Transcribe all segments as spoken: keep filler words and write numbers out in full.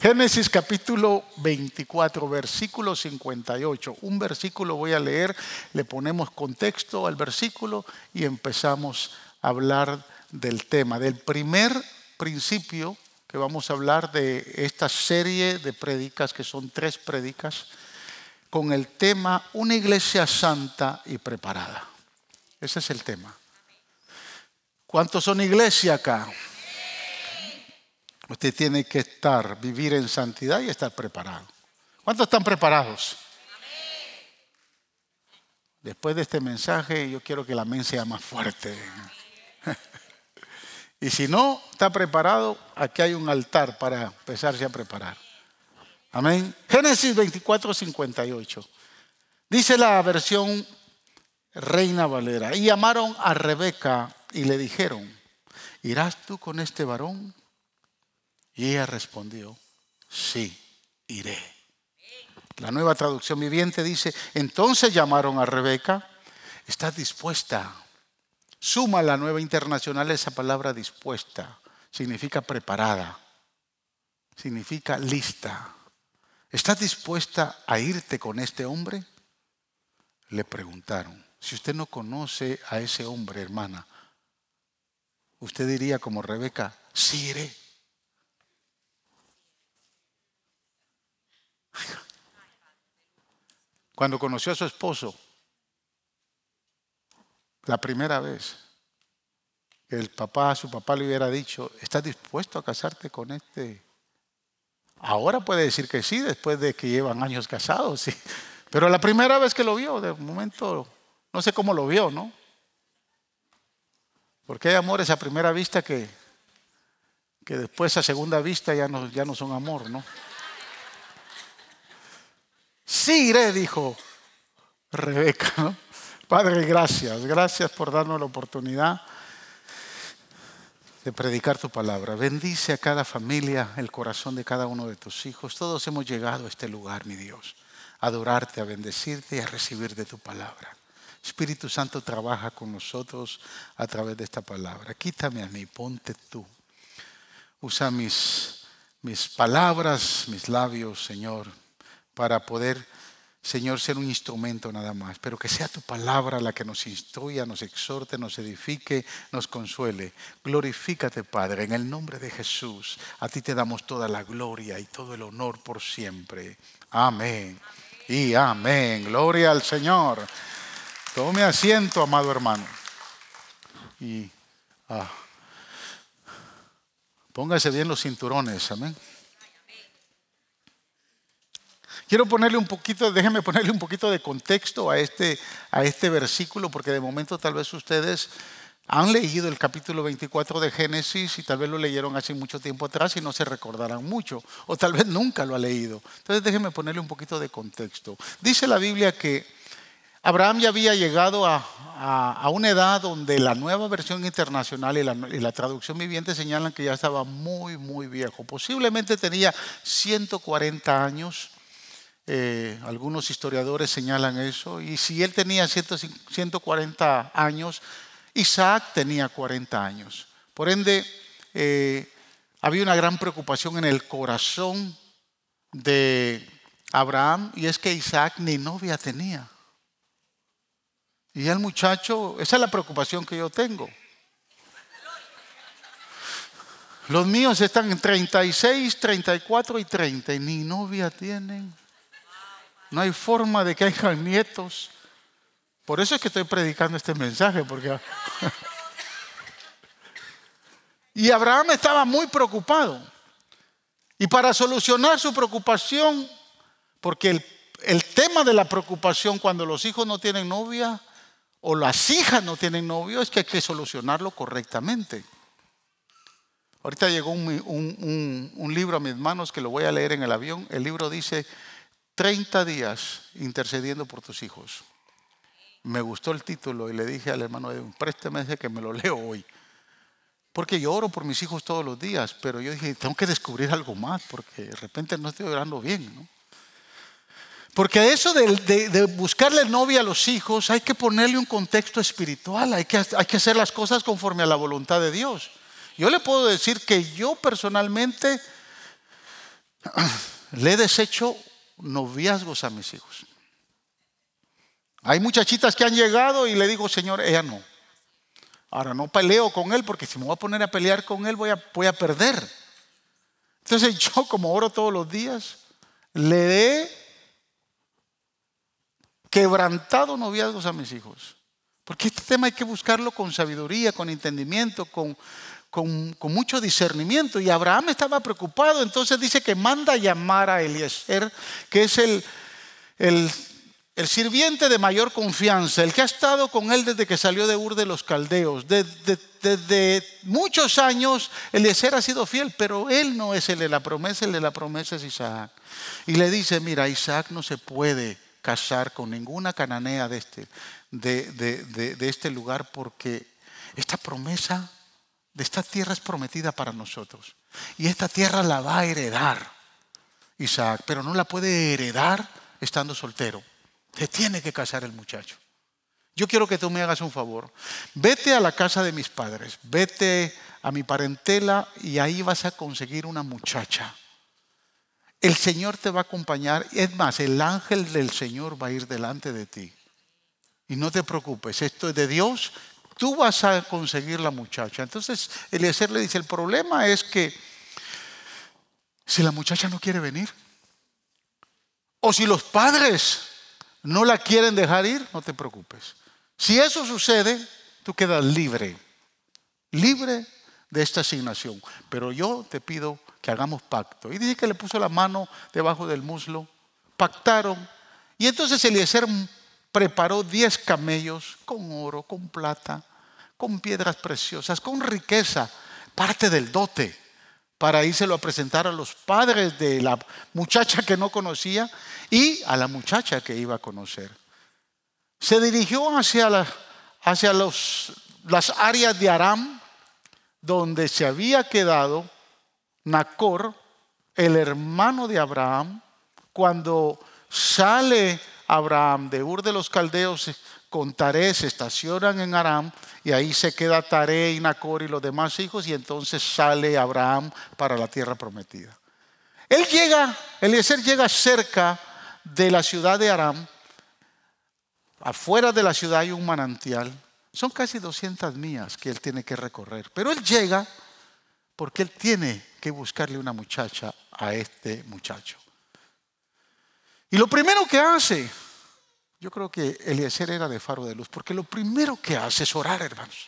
Génesis capítulo veinticuatro, versículo cincuenta y ocho. Un versículo voy a leer, le ponemos contexto al versículo y empezamos a hablar del tema, del primer principio que vamos a hablar de esta serie de prédicas, que son tres prédicas, con el tema una iglesia santa y preparada. Ese es el tema. ¿Cuántos son iglesia acá? Usted tiene que estar, vivir en santidad y estar preparado. ¿Cuántos están preparados? Amén. Después de este mensaje, yo quiero que la amén sea más fuerte. Y si no está preparado, aquí hay un altar para empezarse a preparar. Amén. Génesis veinticuatro, cincuenta y ocho. Dice la versión Reina Valera: y llamaron a Rebeca y le dijeron: ¿irás tú con este varón? Y ella respondió: sí, iré. La Nueva Traducción Viviente dice: entonces llamaron a Rebeca. ¿Estás dispuesta? Suma la Nueva Internacional esa palabra dispuesta. Significa preparada. Significa lista. ¿Estás dispuesta a irte con este hombre? Le preguntaron. Si usted no conoce a ese hombre, hermana, usted diría como Rebeca: sí, iré. Cuando conoció a su esposo, la primera vez, que el papá, su papá le hubiera dicho: ¿estás dispuesto a casarte con este? Ahora puede decir que sí, después de que llevan años casados, sí. Pero la primera vez que lo vio, de momento, no sé cómo lo vio, ¿no? Porque hay amores a primera vista que, que después a segunda vista ya no, ya no son amor, ¿no? Sí, iré, dijo Rebeca, ¿no? Padre, gracias. Gracias por darnos la oportunidad de predicar tu palabra. Bendice a cada familia, el corazón de cada uno de tus hijos. Todos hemos llegado a este lugar, mi Dios, a adorarte, a bendecirte y a recibir de tu palabra. Espíritu Santo, trabaja con nosotros a través de esta palabra. Quítame a mí, ponte tú. Usa mis, mis palabras, mis labios, Señor, para poder, Señor, ser un instrumento nada más, pero que sea tu palabra la que nos instruya, nos exhorte, nos edifique, nos consuele. Glorifícate, Padre, en el nombre de Jesús. A ti te damos toda la gloria y todo el honor por siempre. Amén, amén. Y amén. Gloria al Señor. Tome asiento, amado hermano. Y ah, póngase bien los cinturones. Amén. Quiero ponerle un poquito, déjenme ponerle un poquito de contexto a este, a este versículo, porque de momento tal vez ustedes han leído el capítulo veinticuatro de Génesis y tal vez lo leyeron hace mucho tiempo atrás y no se recordarán mucho, o tal vez nunca lo ha leído. Entonces déjenme ponerle un poquito de contexto. Dice la Biblia que Abraham ya había llegado a, a, a una edad donde la Nueva Versión Internacional y la, y la Traducción Viviente señalan que ya estaba muy, muy viejo. Posiblemente tenía ciento cuarenta años. Eh, algunos historiadores señalan eso. Y si él tenía ciento cuarenta años, Isaac tenía cuarenta años. Por ende, eh, había una gran preocupación en el corazón de Abraham, y es que Isaac ni novia tenía. Y el muchacho, esa es la preocupación que yo tengo. Los míos están en treinta y seis, treinta y cuatro y treinta y ni novia tienen. No hay forma de que hayan nietos. Por eso es que estoy predicando este mensaje. Porque... y Abraham estaba muy preocupado. Y para solucionar su preocupación, porque el, el tema de la preocupación cuando los hijos no tienen novia o las hijas no tienen novio, es que hay que solucionarlo correctamente. Ahorita llegó un, un, un, un libro a mis manos que lo voy a leer en el avión. El libro dice treinta días intercediendo por tus hijos. Me gustó el título y le dije al hermano: présteme ese que me lo leo hoy. Porque yo oro por mis hijos todos los días, pero yo dije, tengo que descubrir algo más, porque de repente no estoy orando bien, ¿no? Porque eso de, de, de buscarle novia a los hijos hay que ponerle un contexto espiritual, hay que, hay que hacer las cosas conforme a la voluntad de Dios. Yo le puedo decir que yo personalmente le he deshecho noviazgos a mis hijos. Hay muchachitas que han llegado y le digo, Señor, ella no. Ahora no peleo con él porque si me voy a poner a pelear con él voy a, voy a perder. Entonces yo, como oro todos los días, le he quebrantado noviazgos a mis hijos. Porque este tema hay que buscarlo con sabiduría, con entendimiento, con, con, con mucho discernimiento. Y Abraham estaba preocupado, entonces dice que manda a llamar a Eliezer, que es el, el, el sirviente de mayor confianza, el que ha estado con él desde que salió de Ur de los Caldeos. Desde, desde muchos años Eliezer ha sido fiel, pero él no es el de la promesa, el de la promesa es Isaac. Y le dice, mira, Isaac no se puede casar con ninguna cananea de este, de, de, de, de este lugar, porque esta promesa de esta tierra es prometida para nosotros y esta tierra la va a heredar Isaac, pero no la puede heredar estando soltero. Se tiene que casar el muchacho. Yo quiero que tú me hagas un favor. Vete a la casa de mis padres, vete a mi parentela y ahí vas a conseguir una muchacha. El Señor te va a acompañar. Es más, el ángel del Señor va a ir delante de ti. Y no te preocupes, esto es de Dios. Tú vas a conseguir la muchacha. Entonces Eliezer le dice, el problema es que si la muchacha no quiere venir, o si los padres no la quieren dejar ir, no te preocupes. Si eso sucede, tú quedas libre. Libre de esta asignación. Pero yo te pido que hagamos pacto. Y dice que le puso la mano debajo del muslo, pactaron. Y entonces Eliezer preparó diez camellos con oro, con plata, con piedras preciosas, con riqueza, parte del dote, para írselo a presentar a los padres de la muchacha que no conocía y a la muchacha que iba a conocer. Se dirigió hacia, la, hacia los, las áreas de Aram, donde se había quedado Nacor, el hermano de Abraham. Cuando sale Abraham de Ur de los Caldeos con Taré, se estacionan en Aram y ahí se queda Taré y Nacor y los demás hijos, y entonces sale Abraham para la tierra prometida. Él llega, Eliezer llega cerca de la ciudad de Aram. Afuera de la ciudad hay un manantial. Son casi doscientas millas que él tiene que recorrer, pero él llega porque él tiene que buscarle una muchacha a este muchacho. Y lo primero que hace, yo creo que Eliezer era de faro de luz, porque lo primero que hace es orar, hermanos.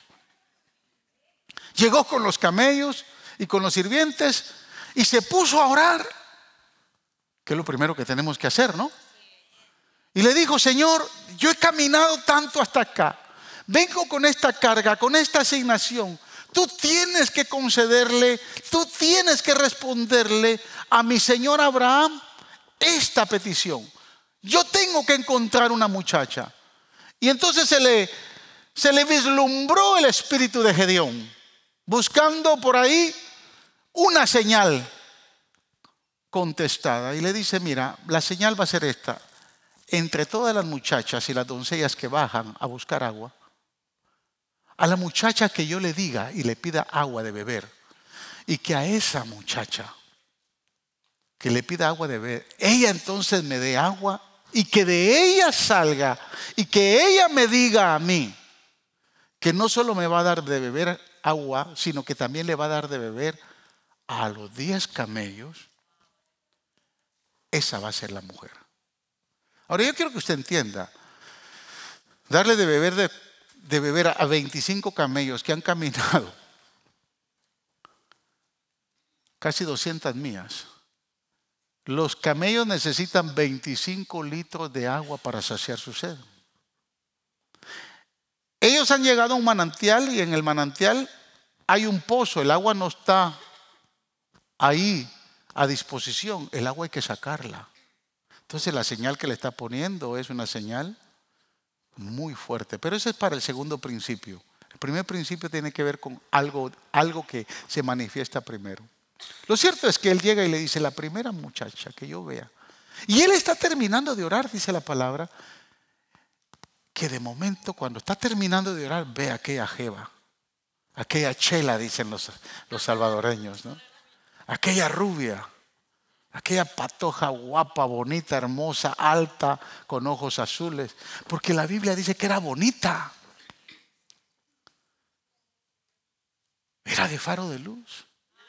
Llegó con los camellos y con los sirvientes y se puso a orar, que es lo primero que tenemos que hacer, ¿no? Y le dijo, Señor, yo he caminado tanto hasta acá, vengo con esta carga, con esta asignación. Tú tienes que concederle, tú tienes que responderle a mi señor Abraham esta petición. Yo tengo que encontrar una muchacha. Y entonces se le, se le vislumbró el espíritu de Gedeón, buscando por ahí una señal contestada. Y le dice, mira, la señal va a ser esta. Entre todas las muchachas y las doncellas que bajan a buscar agua, a la muchacha que yo le diga y le pida agua de beber, y que a esa muchacha que le pida agua de beber, ella entonces me dé agua, y que de ella salga y que ella me diga a mí que no solo me va a dar de beber agua, sino que también le va a dar de beber a los diez camellos, esa va a ser la mujer. Ahora yo quiero que usted entienda, darle de beber de, de beber a veinticinco camellos que han caminado casi doscientas millas. Los camellos necesitan veinticinco litros de agua para saciar su sed. Ellos han llegado a un manantial y en el manantial hay un pozo. El agua no está ahí a disposición. El agua hay que sacarla. Entonces la señal que le está poniendo es una señal muy fuerte. Pero eso es para el segundo principio. El primer principio tiene que ver con algo, algo que se manifiesta primero. Lo cierto es que él llega y le dice, la primera muchacha que yo vea. Y él está terminando de orar, dice la palabra, que de momento cuando está terminando de orar ve a aquella jeva, aquella chela, dicen los, los salvadoreños, ¿no? Aquella rubia. Aquella patoja guapa, bonita, hermosa, alta, con ojos azules. Porque la Biblia dice que era bonita. Era de faro de luz.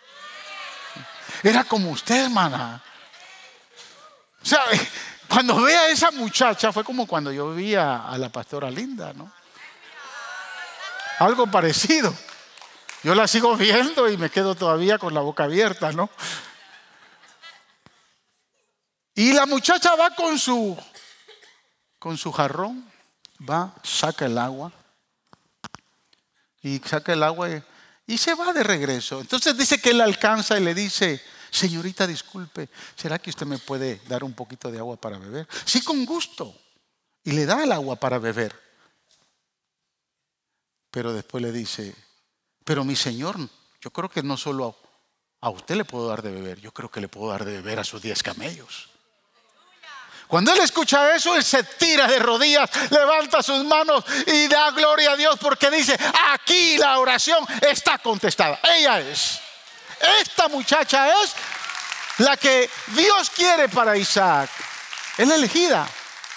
Era como usted, hermana. O sea, cuando ve a esa muchacha, fue como cuando yo vi a, a la pastora Linda, ¿no? Algo parecido. Yo la sigo viendo y me quedo todavía con la boca abierta, ¿no? Y la muchacha va con su, con su jarrón, va, saca el agua y saca el agua y, y se va de regreso. Entonces dice que él alcanza y le dice: señorita, disculpe, ¿será que usted me puede dar un poquito de agua para beber? Sí, con gusto. Y le da el agua para beber. Pero después le dice: pero mi señor, yo creo que no solo a usted le puedo dar de beber, yo creo que le puedo dar de beber a sus diez camellos. Cuando él escucha eso, él se tira de rodillas, levanta sus manos y da gloria a Dios, porque dice: aquí la oración está contestada. Ella es, esta muchacha es la que Dios quiere para Isaac. Es la elegida.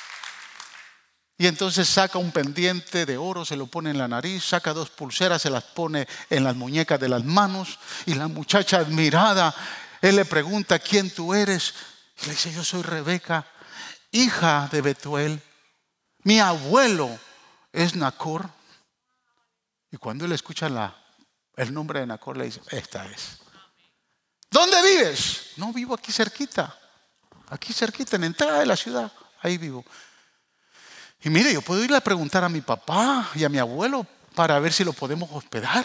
Y entonces saca un pendiente de oro, se lo pone en la nariz, saca dos pulseras, se las pone en las muñecas de las manos. Y la muchacha admirada, él le pregunta: ¿quién tú eres? Y le dice: yo soy Rebeca, hija de Betuel. Mi abuelo es Nacor. Y cuando él escucha la, el nombre de Nacor, le dice: esta es. ¿Dónde vives? No, vivo aquí cerquita. Aquí cerquita, en la entrada de la ciudad. Ahí vivo. Y mire, yo puedo ir a preguntar a mi papá y a mi abuelo para ver si lo podemos hospedar.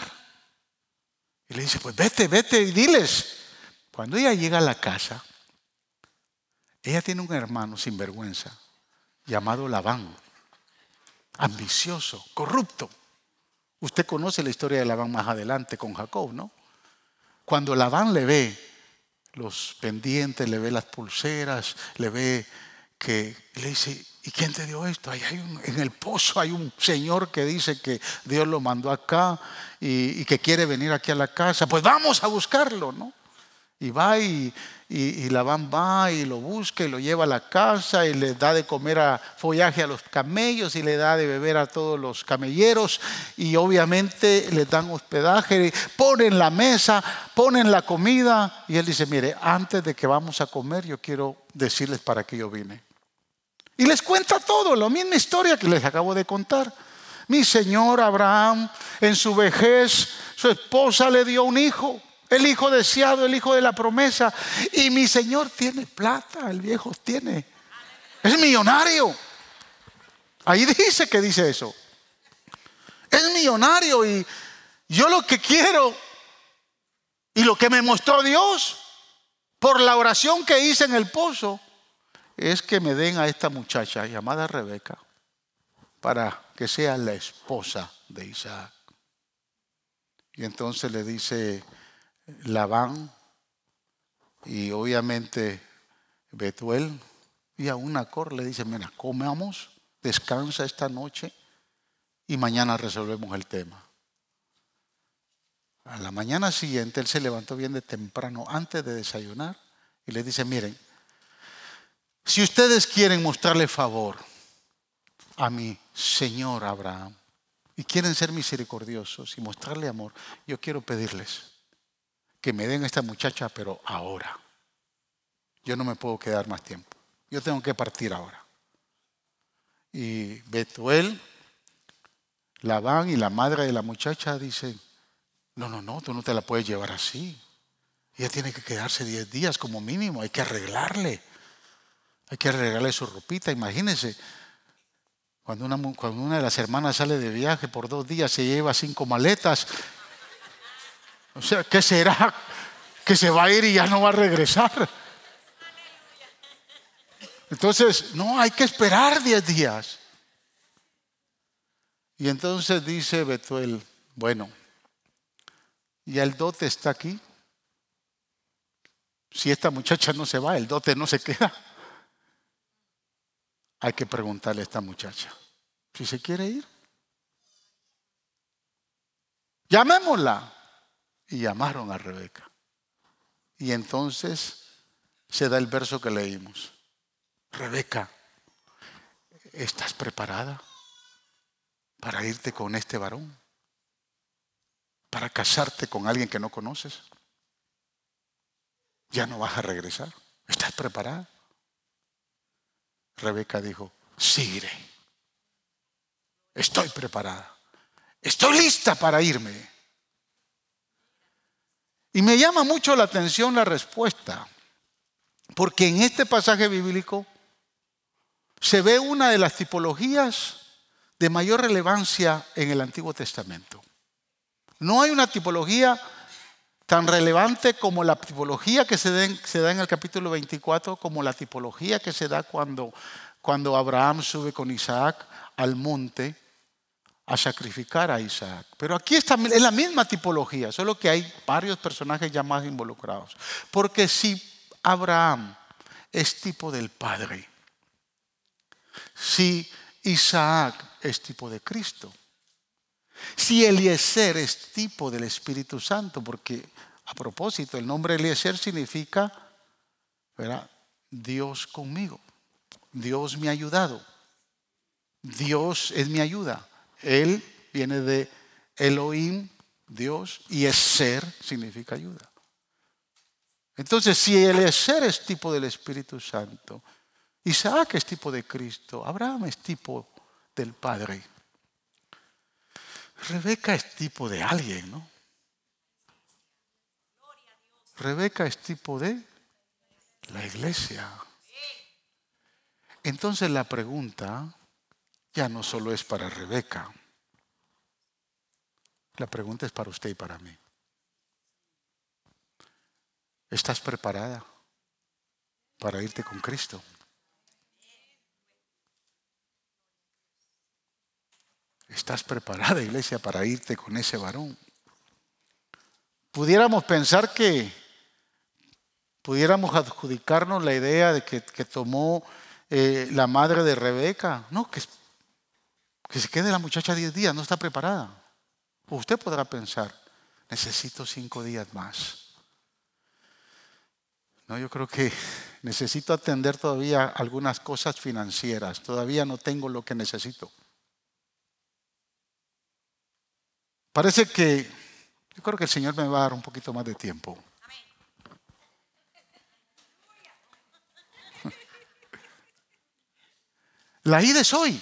Y le dice: pues vete, vete y diles. Cuando ella llega a la casa, ella tiene un hermano sinvergüenza llamado Labán, ambicioso, corrupto. Usted conoce la historia de Labán más adelante con Jacob, ¿no? Cuando Labán le ve los pendientes, le ve las pulseras, le ve que le dice: ¿y quién te dio esto? Ahí hay un, en el pozo hay un señor que dice que Dios lo mandó acá y, y que quiere venir aquí a la casa. Pues vamos a buscarlo, ¿no? Y va y, y, y Labán va y lo busca y lo lleva a la casa y le da de comer a follaje a los camellos y le da de beber a todos los camelleros, y obviamente les dan hospedaje, ponen la mesa, ponen la comida, y él dice: mire, antes de que vamos a comer, yo quiero decirles para qué yo vine. Y les cuenta todo, la misma historia que les acabo de contar. Mi señor Abraham, en su vejez, su esposa le dio un hijo, el hijo deseado, el hijo de la promesa. Y mi señor tiene plata, el viejo tiene, es millonario. Ahí dice que dice eso. Es millonario, y yo lo que quiero y lo que me mostró Dios por la oración que hice en el pozo es que me den a esta muchacha llamada Rebeca para que sea la esposa de Isaac. Y entonces le dice Labán y obviamente Betuel y aún Nacor le dice: mira, comamos, descansa esta noche y mañana resolvemos el tema. A la mañana siguiente él se levantó bien de temprano antes de desayunar y le dice: miren, si ustedes quieren mostrarle favor a mi señor Abraham y quieren ser misericordiosos y mostrarle amor, yo quiero pedirles que me den a esta muchacha, pero ahora. Yo no me puedo quedar más tiempo. Yo tengo que partir ahora. Y Betuel, Labán y la madre de la muchacha dicen: no, no, no, tú no te la puedes llevar así. Ella tiene que quedarse diez días como mínimo. Hay que arreglarle. Hay que arreglarle su ropita. Imagínense, cuando una, cuando una de las hermanas sale de viaje por dos días, se lleva cinco maletas. O sea, ¿qué será? Que se va a ir y ya no va a regresar. Entonces, no, hay que esperar diez días. Y entonces dice Betuel: bueno, ya el dote está aquí. Si esta muchacha no se va, el dote no se queda. Hay que preguntarle a esta muchacha si se quiere ir. Llamémosla. Y llamaron a Rebeca. Y entonces se da el verso que leímos. Rebeca, ¿estás preparada para irte con este varón? ¿Para casarte con alguien que no conoces? ¿Ya no vas a regresar? ¿Estás preparada? Rebeca dijo, sí iré. Estoy preparada. Estoy lista para irme. Y me llama mucho la atención la respuesta, porque en este pasaje bíblico se ve una de las tipologías de mayor relevancia en el Antiguo Testamento. No hay una tipología tan relevante como la tipología que se da en, se da en el capítulo veinticuatro, como la tipología que se da cuando, cuando Abraham sube con Isaac al monte a sacrificar a Isaac. Pero aquí está, es la misma tipología, solo que hay varios personajes ya más involucrados. Porque si Abraham es tipo del Padre, si Isaac es tipo de Cristo, si Eliezer es tipo del Espíritu Santo, porque a propósito el nombre Eliezer significa, ¿verdad?, Dios conmigo, Dios me ha ayudado, Dios es mi ayuda. Él viene de Elohim, Dios, y Ezer significa ayuda. Entonces, si Eliezer es tipo del Espíritu Santo, Isaac es tipo de Cristo, Abraham es tipo del Padre, Rebeca es tipo de alguien, ¿no? Rebeca es tipo de la iglesia. Entonces la pregunta ya no solo es para Rebeca. La pregunta es para usted y para mí. ¿Estás preparada para irte con Cristo? ¿Estás preparada, iglesia, para irte con ese varón? Pudiéramos pensar que, pudiéramos adjudicarnos la idea de que, que tomó eh, la madre de Rebeca. No, que, que se quede la muchacha diez días, no está preparada. O usted podrá pensar, necesito cinco días más. No, yo creo que necesito atender todavía algunas cosas financieras. Todavía no tengo lo que necesito. Parece que yo creo que el Señor me va a dar un poquito más de tiempo. La ida es hoy.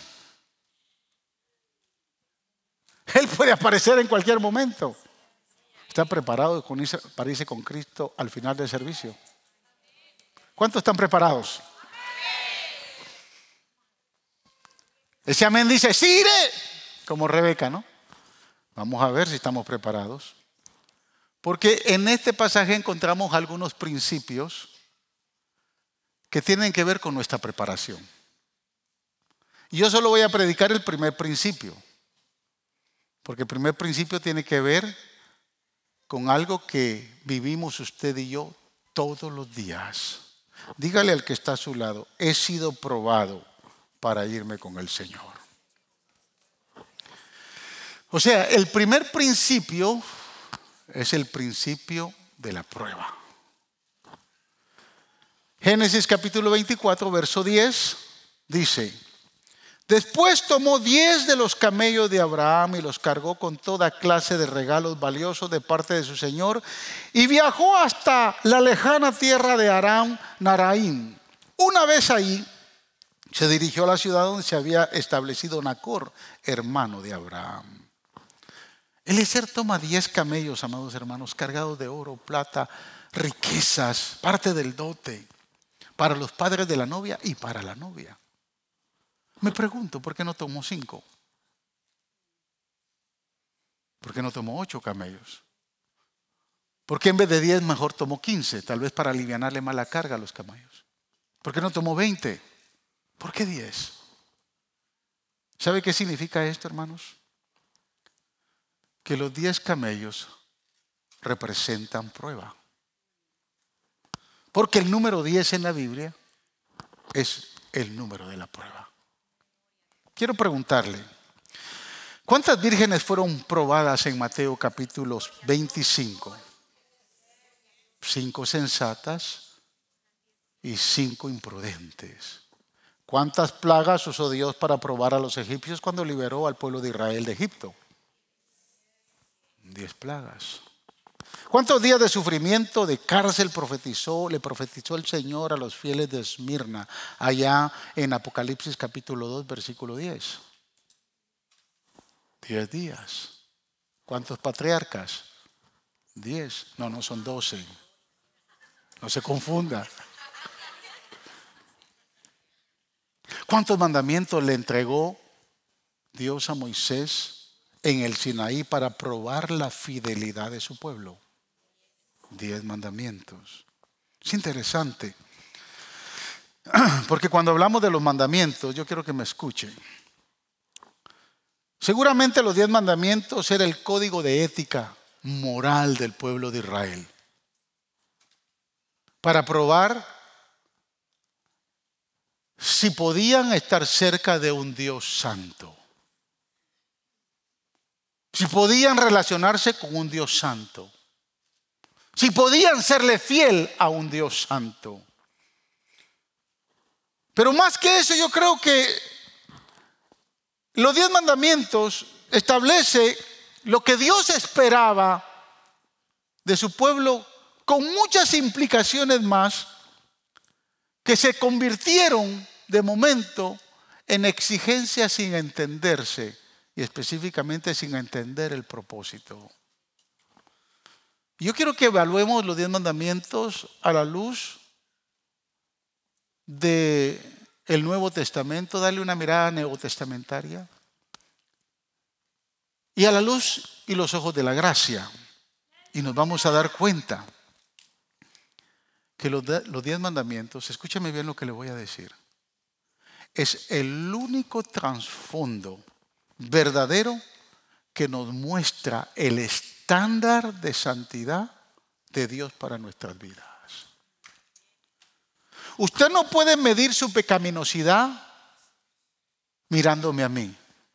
Él puede aparecer en cualquier momento. ¿Está preparado para irse con Cristo al final del servicio? ¿Cuántos están preparados? Ese amén dice, sí iré, como Rebeca, ¿no? Vamos a ver si estamos preparados. Porque en este pasaje encontramos algunos principios que tienen que ver con nuestra preparación. Y yo solo voy a predicar el primer principio. Porque el primer principio tiene que ver con algo que vivimos usted y yo todos los días. Dígale al que está a su lado, he sido probado para irme con el Señor. O sea, el primer principio es el principio de la prueba. Génesis capítulo veinticuatro, verso diez, dice: después tomó diez de los camellos de Abraham y los cargó con toda clase de regalos valiosos de parte de su señor y viajó hasta la lejana tierra de Aram Naharaim. Una vez ahí, se dirigió a la ciudad donde se había establecido Nacor, hermano de Abraham. Eliezer toma diez camellos, amados hermanos, cargados de oro, plata, riquezas, parte del dote, para los padres de la novia y para la novia. Me pregunto, ¿por qué no tomó cinco? ¿Por qué no tomó ocho camellos? ¿Por qué en vez de diez mejor tomó quince? Tal vez para alivianarle más la carga a los camellos. ¿Por qué no tomó veinte? ¿Por qué diez? ¿Sabe qué significa esto, hermanos? Que los diez camellos representan prueba. Porque el número diez en la Biblia es el número de la prueba. Quiero preguntarle, ¿cuántas vírgenes fueron probadas en Mateo capítulo veinticinco? Cinco sensatas y cinco imprudentes. ¿Cuántas plagas usó Dios para probar a los egipcios cuando liberó al pueblo de Israel de Egipto? Diez plagas. ¿Cuántos días de sufrimiento, de cárcel profetizó, le profetizó el Señor a los fieles de Esmirna, allá en Apocalipsis capítulo dos, versículo diez? Diez días. ¿Cuántos patriarcas? Diez. No, no son doce. No se confunda. ¿Cuántos mandamientos le entregó Dios a Moisés en el Sinaí para probar la fidelidad de su pueblo? Diez mandamientos. Es interesante, porque cuando hablamos de los mandamientos, yo quiero que me escuchen. Seguramente los diez mandamientos era el código de ética moral del pueblo de Israel, para probar si podían estar cerca de un Dios santo, si podían relacionarse con un Dios santo, si podían serle fiel a un Dios santo. Pero más que eso, yo creo que los diez mandamientos establece lo que Dios esperaba de su pueblo, con muchas implicaciones más que se convirtieron de momento en exigencias sin entenderse, y específicamente sin entender el propósito. Yo quiero que evaluemos los diez mandamientos a la luz del Nuevo Testamento, darle una mirada neotestamentaria, y a la luz y los ojos de la gracia. Y nos vamos a dar cuenta que los, de, los diez mandamientos, escúchame bien lo que le voy a decir, es el único trasfondo verdadero que nos muestra el estándar de santidad de Dios para nuestras vidas. Usted no puede medir su pecaminosidad mirándome a mí.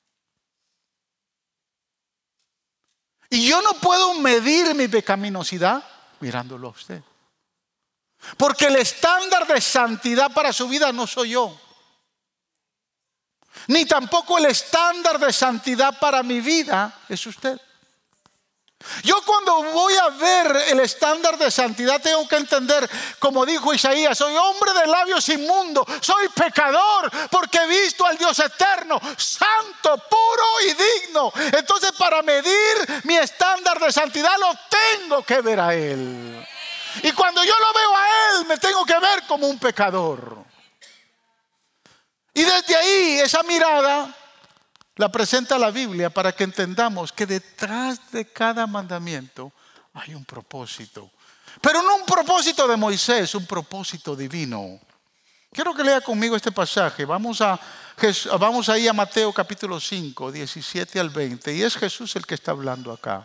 Y yo no puedo medir mi pecaminosidad mirándolo a usted. Porque el estándar de santidad para su vida no soy yo. Ni tampoco el estándar de santidad para mi vida es usted. Yo cuando voy a ver el estándar de santidad tengo que entender, como dijo Isaías, soy hombre de labios inmundos, soy pecador porque he visto al Dios eterno, santo, puro y digno. Entonces para medir mi estándar de santidad lo tengo que ver a Él. Y cuando yo lo veo a Él me tengo que ver como un pecador. Y desde ahí esa mirada la presenta la Biblia para que entendamos que detrás de cada mandamiento hay un propósito. Pero no un propósito de Moisés, un propósito divino. Quiero que lea conmigo este pasaje. Vamos a, vamos ahí a Mateo capítulo cinco, diecisiete al veinte. Y es Jesús el que está hablando acá.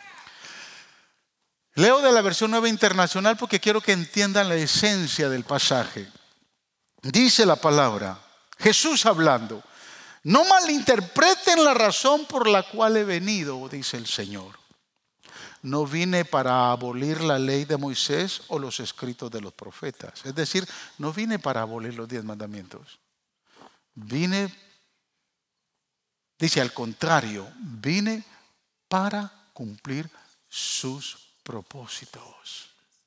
Leo de la versión nueva internacional porque quiero que entiendan la esencia del pasaje. Dice la palabra, Jesús hablando. No malinterpreten la razón por la cual he venido, dice el Señor. No vine para abolir la ley de Moisés o los escritos de los profetas. Es decir, no vine para abolir los diez mandamientos. Vine, dice al contrario, vine para cumplir sus propósitos.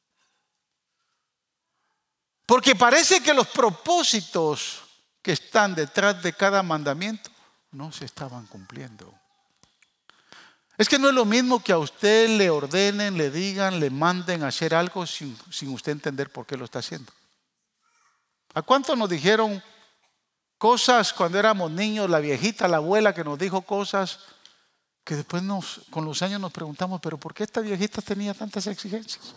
Porque parece que los propósitos que están detrás de cada mandamiento no se estaban cumpliendo. Es que no es lo mismo que a usted le ordenen, le digan, le manden a hacer algo sin, sin usted entender por qué lo está haciendo. ¿A cuántos nos dijeron cosas cuando éramos niños? La viejita, la abuela que nos dijo cosas que después nos, con los años nos preguntamos, pero ¿por qué esta viejita tenía tantas exigencias?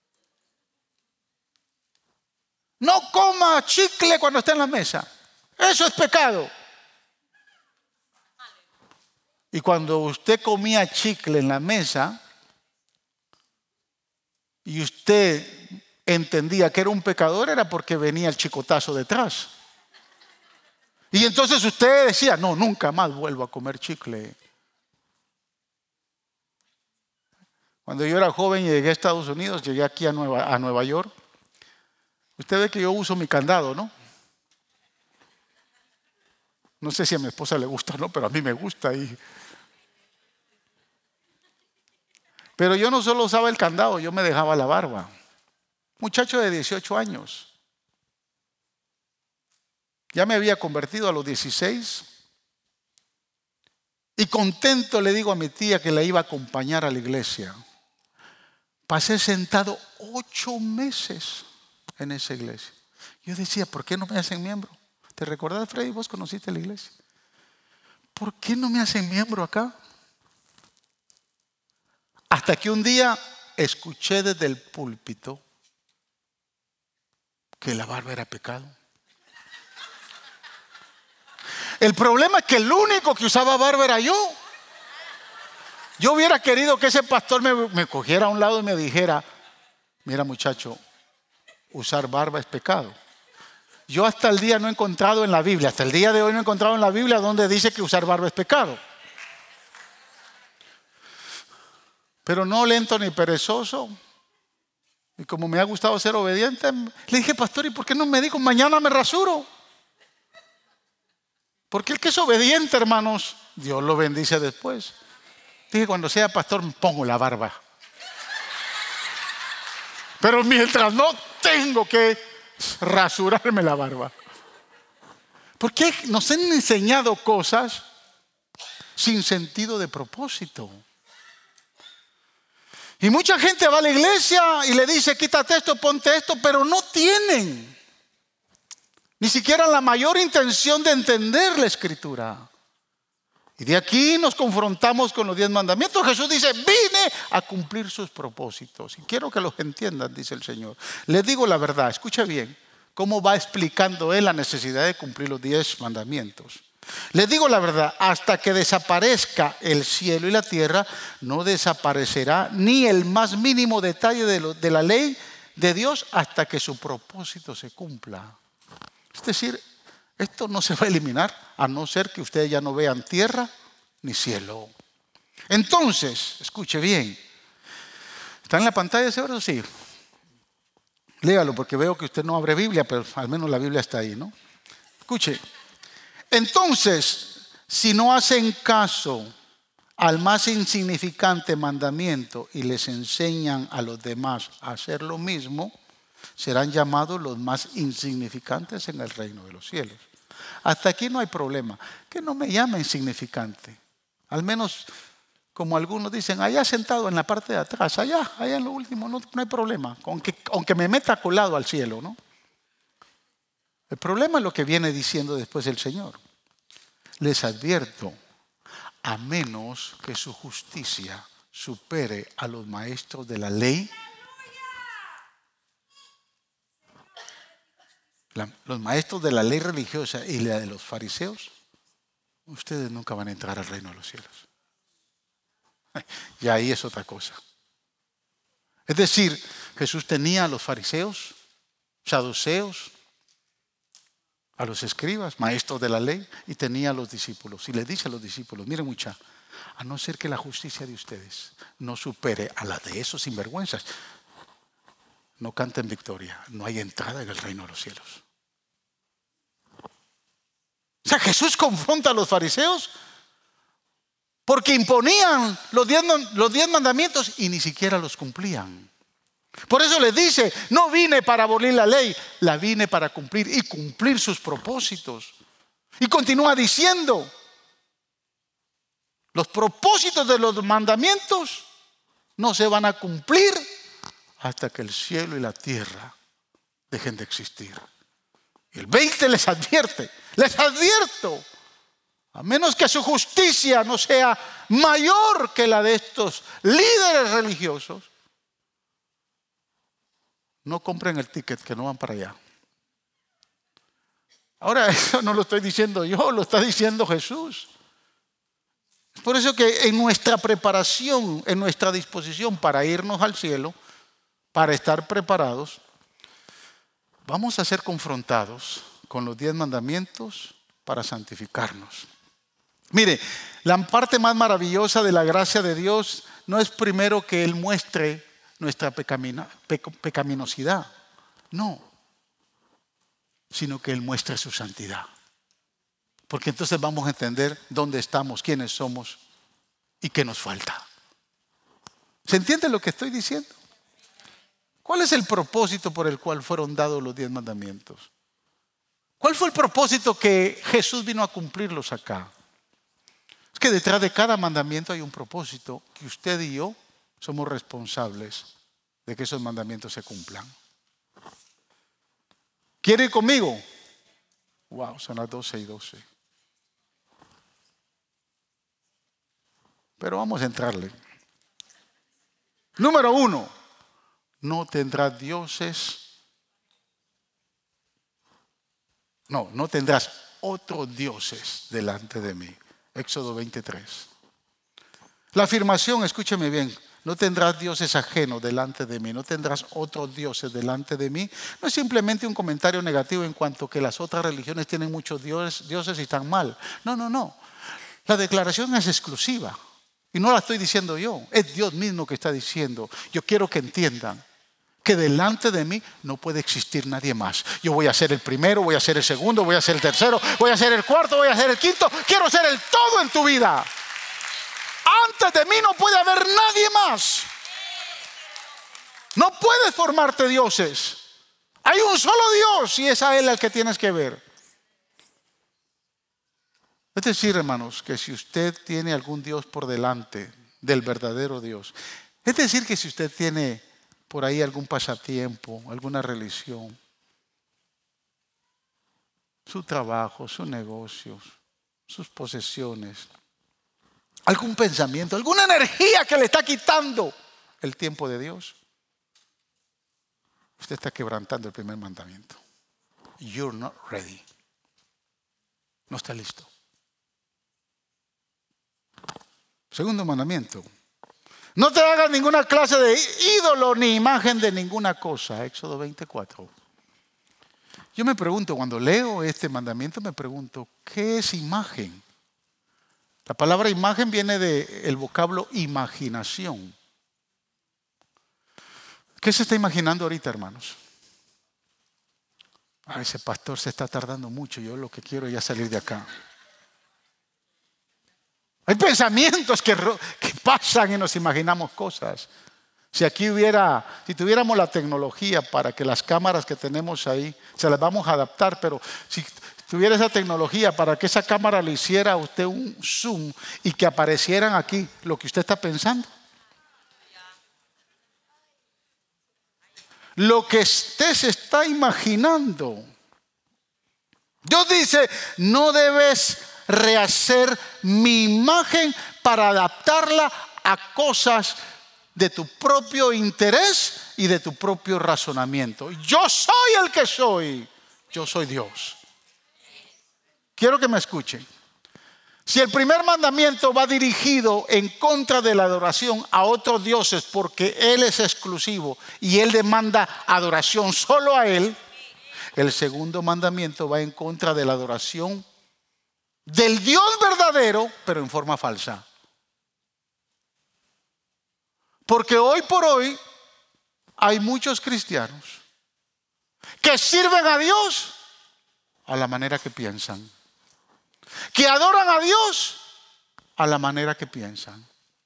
No coma chicle cuando esté en la mesa. Eso es pecado. Y cuando usted comía chicle en la mesa y usted entendía que era un pecador, era porque venía el chicotazo detrás. Y entonces usted decía, no, nunca más vuelvo a comer chicle. Cuando yo era joven y llegué a Estados Unidos, llegué aquí a Nueva, a Nueva York. Usted ve que yo uso mi candado, ¿no? No sé si a mi esposa le gusta o no, pero a mí me gusta. Y... Pero yo no solo usaba el candado, yo me dejaba la barba. Muchacho de dieciocho años. Ya me había convertido a los dieciséis. Y contento le digo a mi tía que la iba a acompañar a la iglesia. Pasé sentado ocho meses en esa iglesia. Yo decía, ¿por qué no me hacen miembro? ¿Te recordás, Freddy? Vos conociste la iglesia. ¿Por qué no me hacen miembro acá? Hasta que un día escuché desde el púlpito que la barba era pecado. El problema es que el único que usaba barba era yo. Yo hubiera querido que ese pastor me, me cogiera a un lado y me dijera, mira muchacho, usar barba es pecado. Yo hasta el día no he encontrado en la Biblia, hasta el día de hoy no he encontrado en la Biblia donde dice que usar barba es pecado. Pero no lento ni perezoso. Y como me ha gustado ser obediente, le dije, pastor, ¿y por qué no me dijo mañana me rasuro? Porque el que es obediente, hermanos, Dios lo bendice después. Dije, cuando sea pastor me pongo la barba. Pero mientras no tengo que rasurarme la barba. Porque nos han enseñado cosas sin sentido de propósito. Y mucha gente va a la iglesia y le dice, quítate esto, ponte esto, pero no tienen ni siquiera la mayor intención de entender la escritura. Y de aquí nos confrontamos con los diez mandamientos. Jesús dice, vine a cumplir sus propósitos. Y quiero que los entiendan, dice el Señor. Les digo la verdad, escucha bien cómo va explicando Él la necesidad de cumplir los diez mandamientos. Les digo la verdad, hasta que desaparezca el cielo y la tierra, no desaparecerá ni el más mínimo detalle de, lo, de la ley de Dios hasta que su propósito se cumpla. Es decir, esto no se va a eliminar a no ser que ustedes ya no vean tierra ni cielo. Entonces, escuche bien. ¿Está en la pantalla ese verso? Sí. Léalo porque veo que usted no abre Biblia, pero al menos la Biblia está ahí, ¿no? Escuche. Entonces, si no hacen caso al más insignificante mandamiento y les enseñan a los demás a hacer lo mismo, serán llamados los más insignificantes en el reino de los cielos. Hasta aquí no hay problema. Que no me llame insignificante. Al menos, como algunos dicen, allá sentado en la parte de atrás, allá, allá en lo último, no, no hay problema. Aunque, aunque me meta colado al cielo, ¿no? El problema es lo que viene diciendo después el Señor. Les advierto, a menos que su justicia supere a los maestros de la ley, La, los maestros de la ley religiosa y la de los fariseos, ustedes nunca van a entrar al reino de los cielos. Y ahí es otra cosa. Es decir, Jesús tenía a los fariseos, saduceos, a los escribas, maestros de la ley, y tenía a los discípulos. Y les dice a los discípulos, miren mucha, a no ser que la justicia de ustedes no supere a la de esos sinvergüenzas, no canten victoria, no hay entrada en el reino de los cielos. O sea, Jesús confronta a los fariseos porque imponían los diez, los diez mandamientos y ni siquiera los cumplían. Por eso les dice, no vine para abolir la ley, la vine para cumplir y cumplir sus propósitos. Y continúa diciendo, los propósitos de los mandamientos no se van a cumplir hasta que el cielo y la tierra dejen de existir. Y el veinte les advierte, les advierto, a menos que su justicia no sea mayor que la de estos líderes religiosos, no compren el ticket, que no van para allá. Ahora, eso no lo estoy diciendo yo, lo está diciendo Jesús. Es por eso que en nuestra preparación, en nuestra disposición para irnos al cielo, para estar preparados, vamos a ser confrontados con los diez mandamientos para santificarnos. Mire, la parte más maravillosa de la gracia de Dios no es primero que Él muestre nuestra pecamina, pec, pecaminosidad. No. sino que Él muestre su santidad. Porque entonces vamos a entender dónde estamos, quiénes somos y qué nos falta. ¿Se entiende lo que estoy diciendo? ¿Cuál es el propósito por el cual fueron dados los diez mandamientos? ¿Cuál fue el propósito que Jesús vino a cumplirlos acá? Es que detrás de cada mandamiento hay un propósito que usted y yo somos responsables de que esos mandamientos se cumplan. ¿Quiere ir conmigo? Wow, son las doce y doce. Pero vamos a entrarle. Número uno, no tendrás dioses. No, no tendrás otros dioses delante de mí. Éxodo veintitrés. La afirmación, escúcheme bien, no tendrás dioses ajenos delante de mí, no tendrás otros dioses delante de mí. No es simplemente un comentario negativo en cuanto que las otras religiones tienen muchos dioses, dioses y están mal. No, no, no. La declaración es exclusiva. Y no la estoy diciendo yo, es Dios mismo que está diciendo. Yo quiero que entiendan que delante de mí no puede existir nadie más. Yo voy a ser el primero, voy a ser el segundo, voy a ser el tercero, voy a ser el cuarto, voy a ser el quinto. Quiero ser el todo en tu vida. Antes de mí no puede haber nadie más. No puedes formarte dioses. Hay un solo Dios y es a Él al que tienes que ver. Es decir, hermanos, que si usted tiene algún Dios por delante del verdadero Dios, es decir, que si usted tiene por ahí algún pasatiempo, alguna religión, su trabajo, sus negocios, sus posesiones, algún pensamiento, alguna energía que le está quitando el tiempo de Dios, usted está quebrantando el primer mandamiento. You're not ready. No está listo. Segundo mandamiento. No te hagas ninguna clase de ídolo ni imagen de ninguna cosa. Éxodo veinticuatro. Yo me pregunto, cuando leo este mandamiento, me pregunto, ¿qué es imagen? La palabra imagen viene del vocablo imaginación. ¿Qué se está imaginando ahorita, hermanos? Ah, ese pastor se está tardando mucho. Yo lo que quiero es ya salir de acá. Hay pensamientos que, que pasan y nos imaginamos cosas. Si aquí hubiera, si tuviéramos la tecnología para que las cámaras que tenemos ahí, se las vamos a adaptar, pero si tuviera esa tecnología para que esa cámara le hiciera a usted un zoom y que aparecieran aquí lo que usted está pensando. Lo que usted se está imaginando. Dios dice, no debes rehacer mi imagen para adaptarla a cosas de tu propio interés y de tu propio razonamiento. Yo soy el que soy. Yo soy Dios. Quiero que me escuchen. Si el primer mandamiento va dirigido en contra de la adoración a otros dioses porque Él es exclusivo y Él demanda adoración solo a Él, el segundo mandamiento va en contra de la adoración del Dios verdadero, pero en forma falsa. Porque hoy por hoy hay muchos cristianos que sirven a Dios a la manera que piensan, que adoran a Dios a la manera que piensan.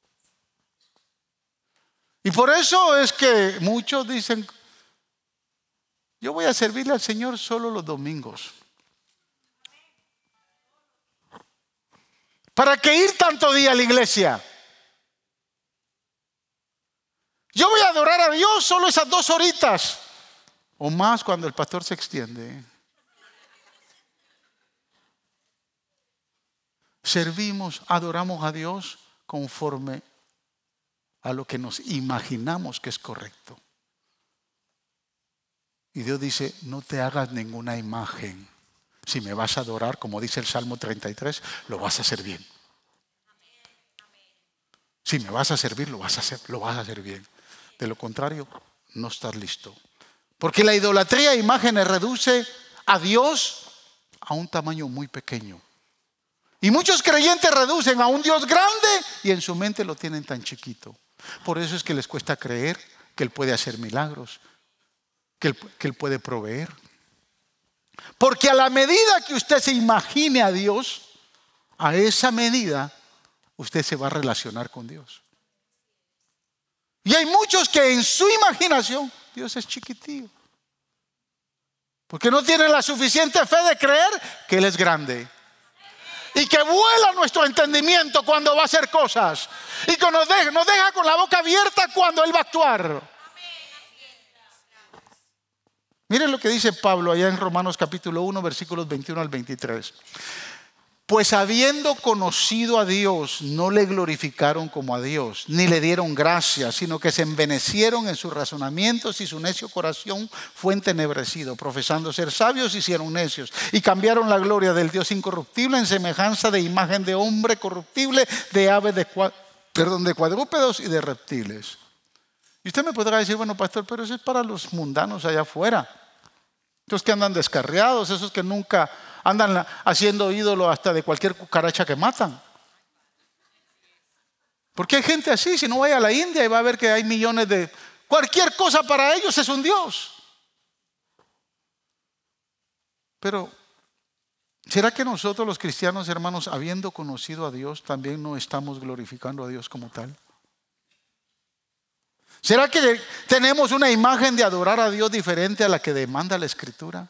Y por eso es que muchos dicen, yo voy a servirle al Señor solo los domingos. ¿Para qué ir tanto día a la iglesia? Yo voy a adorar a Dios solo esas dos horitas o más cuando el pastor se extiende. Servimos, adoramos a Dios conforme a lo que nos imaginamos que es correcto. Y Dios dice, no te hagas ninguna imagen. Si me vas a adorar, como dice el Salmo treinta y tres, lo vas a hacer bien. Si me vas a servir, lo vas a hacer, lo vas a hacer bien. De lo contrario, no estás listo. Porque la idolatría de imágenes reduce a Dios a un tamaño muy pequeño. Y muchos creyentes reducen a un Dios grande y en su mente lo tienen tan chiquito. Por eso es que les cuesta creer que Él puede hacer milagros, que Él, que Él puede proveer. Porque a la medida que usted se imagine a Dios, a esa medida usted se va a relacionar con Dios. Y hay muchos que en su imaginación Dios es chiquitillo. Porque no tienen la suficiente fe de creer que Él es grande. Y que vuela nuestro entendimiento cuando va a hacer cosas. Y que nos deja, nos deja con la boca abierta cuando Él va a actuar. Miren lo que dice Pablo allá en Romanos capítulo uno, versículos veintiuno al veintitrés. Pues habiendo conocido a Dios, no le glorificaron como a Dios, ni le dieron gracias, sino que se envenecieron en sus razonamientos y su necio corazón fue entenebrecido. Profesando ser sabios, hicieron necios y cambiaron la gloria del Dios incorruptible en semejanza de imagen de hombre corruptible, de aves, de, perdón, de cuadrúpedos y de reptiles. Y usted me podrá decir, bueno, pastor, pero eso es para los mundanos allá afuera. Esos que andan descarriados, esos que nunca andan haciendo ídolo hasta de cualquier cucaracha que matan. Porque hay gente así, si no vaya a la India y va a ver que hay millones de... Cualquier cosa para ellos es un Dios. Pero, ¿será que nosotros los cristianos, hermanos, habiendo conocido a Dios, también no estamos glorificando a Dios como tal? ¿Será que tenemos una imagen de adorar a Dios diferente a la que demanda la Escritura?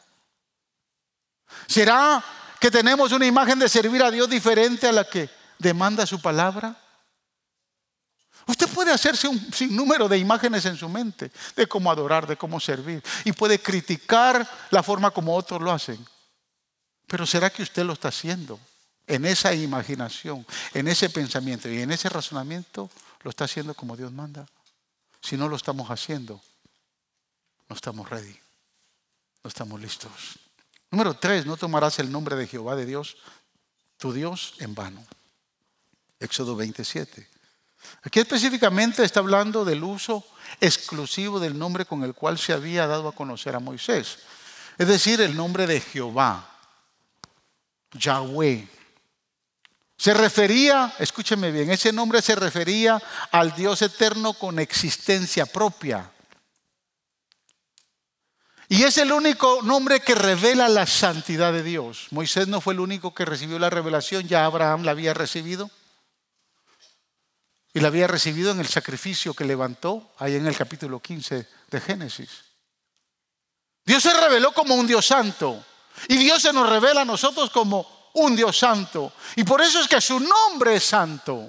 ¿Será que tenemos una imagen de servir a Dios diferente a la que demanda su palabra? Usted puede hacerse un sinnúmero de imágenes en su mente de cómo adorar, de cómo servir, y puede criticar la forma como otros lo hacen. Pero ¿será que usted lo está haciendo? En esa imaginación, en ese pensamiento y en ese razonamiento, ¿lo está haciendo como Dios manda? Si no lo estamos haciendo, no estamos ready, no estamos listos. Número tres, no tomarás el nombre de Jehová de Dios, tu Dios, en vano. Éxodo veintisiete. Aquí específicamente está hablando del uso exclusivo del nombre con el cual se había dado a conocer a Moisés. Es decir, el nombre de Jehová, Yahweh. Se refería, escúcheme bien, ese nombre se refería al Dios eterno con existencia propia. Y es el único nombre que revela la santidad de Dios. Moisés no fue el único que recibió la revelación, ya Abraham la había recibido. Y la había recibido en el sacrificio que levantó, ahí en el capítulo quince de Génesis. Dios se reveló como un Dios santo. Y Dios se nos revela a nosotros como un Dios santo. Y por eso es que su nombre es santo.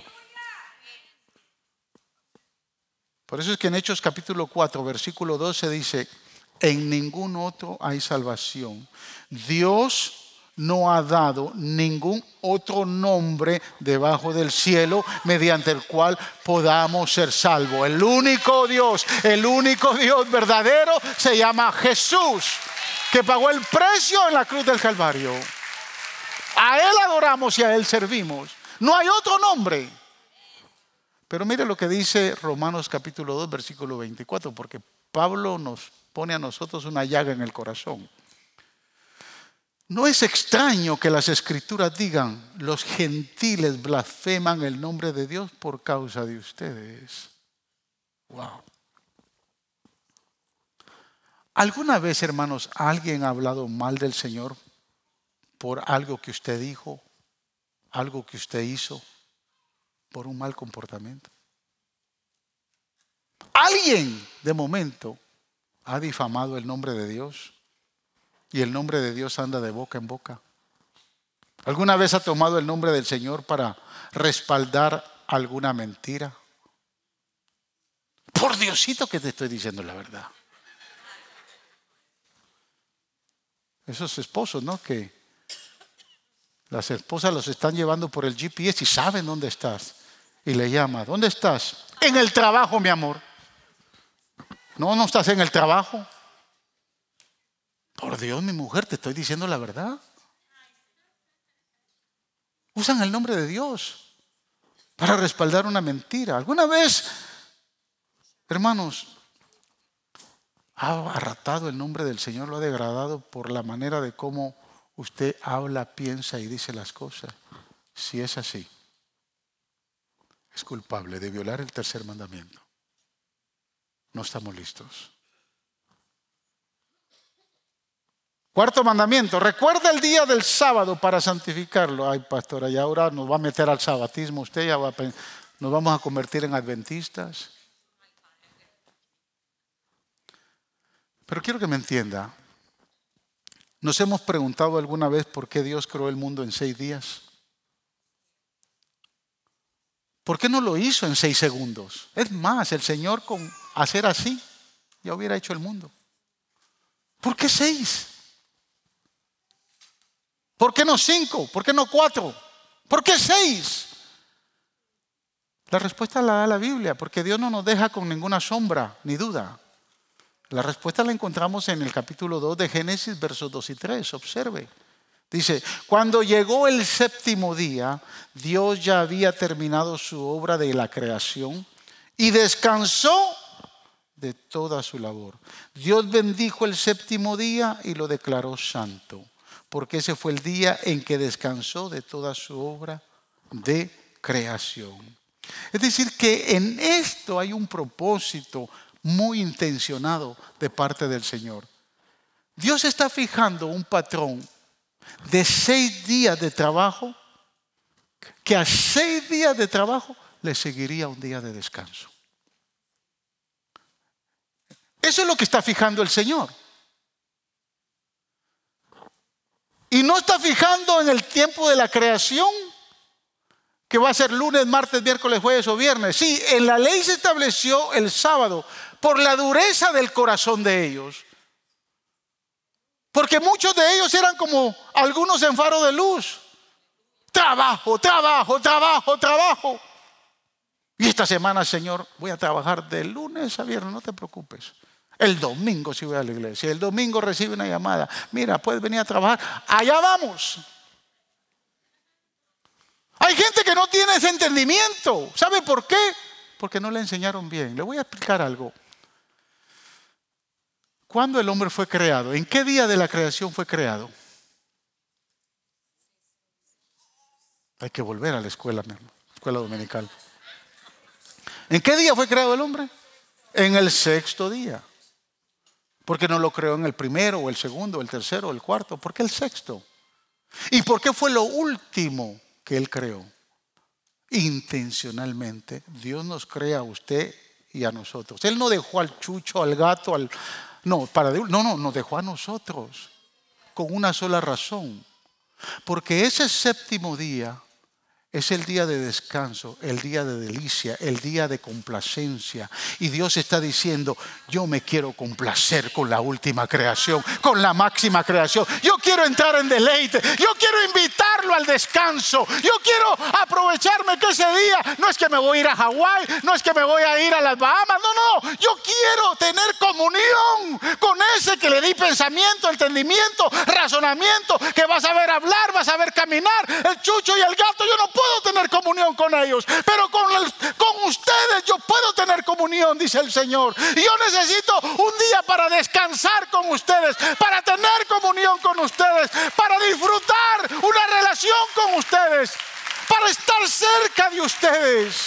Por eso es que en Hechos capítulo cuatro, versículo doce dice: en ningún otro hay salvación. Dios no ha dado ningún otro nombre debajo del cielo mediante el cual podamos ser salvos. El único Dios, el único Dios verdadero se llama Jesús, que pagó el precio en la cruz del Calvario. A Él adoramos y a Él servimos. No hay otro nombre. Pero mire lo que dice Romanos capítulo dos, versículo veinticuatro, porque Pablo nos pone a nosotros una llaga en el corazón. No es extraño que las escrituras digan: los gentiles blasfeman el nombre de Dios por causa de ustedes. Wow. ¿Alguna vez, hermanos, alguien ha hablado mal del Señor por algo que usted dijo, algo que usted hizo, por un mal comportamiento? Alguien de momento ha difamado el nombre de Dios y el nombre de Dios anda de boca en boca. ¿Alguna vez ha tomado el nombre del Señor para respaldar alguna mentira? Por Diosito que te estoy diciendo la verdad. Esos esposos, ¿no? Que las esposas los están llevando por el G P S y saben dónde estás. Y le llama: ¿dónde estás? En el trabajo, mi amor. No, no estás en el trabajo. Por Dios, mi mujer, te estoy diciendo la verdad. Usan el nombre de Dios para respaldar una mentira. ¿Alguna vez, hermanos, ha arratado el nombre del Señor, lo ha degradado por la manera de cómo usted habla, piensa y dice las cosas? Si es así, es culpable de violar el tercer mandamiento. No estamos listos. Cuarto mandamiento, recuerda el día del sábado para santificarlo. Ay, pastora, y ahora nos va a meter al sabatismo usted, ya va a, nos vamos a convertir en adventistas. Pero quiero que me entienda. ¿Nos hemos preguntado alguna vez por qué Dios creó el mundo en seis días? ¿Por qué no lo hizo en seis segundos? Es más, el Señor con hacer así ya hubiera hecho el mundo. ¿Por qué seis? ¿Por qué no cinco? ¿Por qué no cuatro? ¿Por qué seis? La respuesta la da la Biblia, porque Dios no nos deja con ninguna sombra ni duda. La respuesta la encontramos en el capítulo dos de Génesis, versos dos y tres. Observe. Dice, cuando llegó el séptimo día, Dios ya había terminado su obra de la creación y descansó de toda su labor. Dios bendijo el séptimo día y lo declaró santo, porque ese fue el día en que descansó de toda su obra de creación. Es decir, que en esto hay un propósito muy intencionado de parte del Señor. Dios está fijando un patrón de seis días de trabajo, que a seis días de trabajo le seguiría un día de descanso. Eso es lo que está fijando el Señor. Y no está fijando en el tiempo de la creación, que va a ser lunes, martes, miércoles, jueves o viernes. Sí, en la ley se estableció el sábado por la dureza del corazón de ellos. Porque muchos de ellos eran como algunos en faro de luz. Trabajo, trabajo, trabajo, trabajo. Y esta semana, Señor, voy a trabajar de lunes a viernes, no te preocupes. El domingo sí voy a la iglesia. El domingo recibe una llamada. Mira, puedes venir a trabajar. Allá vamos. Hay gente que no tiene ese entendimiento. ¿Sabe por qué? Porque no le enseñaron bien. Le voy a explicar algo. ¿Cuándo el hombre fue creado? ¿En qué día de la creación fue creado? Hay que volver a la escuela, mi hermano, escuela dominical. ¿En qué día fue creado el hombre? En el sexto día. ¿Por qué no lo creó en el primero, o el segundo, o el tercero, o el cuarto? ¿Por qué el sexto? ¿Y por qué fue lo último que él creó? Intencionalmente, Dios nos crea a usted y a nosotros. Él no dejó al chucho, al gato, al... No, para, no, no, nos dejó a nosotros con una sola razón. Porque ese séptimo día es el día de descanso, el día de delicia, el día de complacencia. Y Dios está diciendo, yo me quiero complacer con la última creación, con la máxima creación. Yo quiero entrar en deleite, yo quiero invitarlo al descanso. Yo quiero aprovecharme que ese día, no es que me voy a ir a Hawái, no es que me voy a ir a las Bahamas, no, no. Yo quiero tener comunión con ese que le di pensamiento, entendimiento, razonamiento, que va a saber hablar, va a saber caminar. El chucho y el gato, yo no puedo puedo tener comunión con ellos, pero con, el, con ustedes yo puedo tener comunión, dice el Señor. Y yo necesito un día para descansar con ustedes, para tener comunión con ustedes, para disfrutar una relación con ustedes, para estar cerca de ustedes.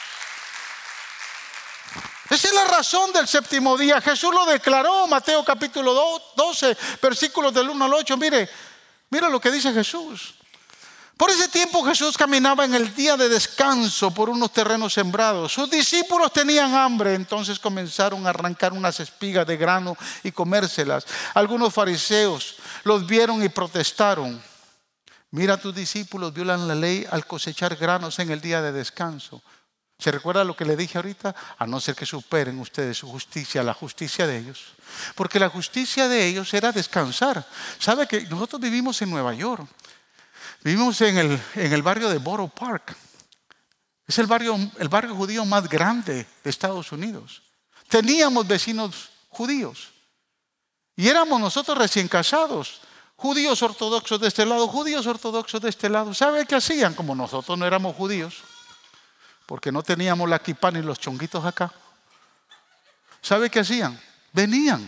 Esa es la razón del séptimo día. Jesús lo declaró, Mateo capítulo doce, versículos del uno al ocho. Mire, mire lo que dice Jesús. Por ese tiempo Jesús caminaba en el día de descanso por unos terrenos sembrados. Sus discípulos tenían hambre, entonces comenzaron a arrancar unas espigas de grano y comérselas. Algunos fariseos los vieron y protestaron. Mira, tus discípulos violan la ley al cosechar granos en el día de descanso. ¿Se recuerda lo que le dije ahorita? A no ser que superen ustedes su justicia, la justicia de ellos. Porque la justicia de ellos era descansar. ¿Sabe que nosotros vivimos en Nueva York? Vivimos en el, en el barrio de Borough Park. Es el barrio, el barrio judío más grande de Estados Unidos. Teníamos vecinos judíos. Y éramos nosotros recién casados. Judíos ortodoxos de este lado, judíos ortodoxos de este lado. ¿Sabe qué hacían? Como nosotros no éramos judíos, porque no teníamos la kipá ni los chonguitos acá. ¿Sabe qué hacían? Venían.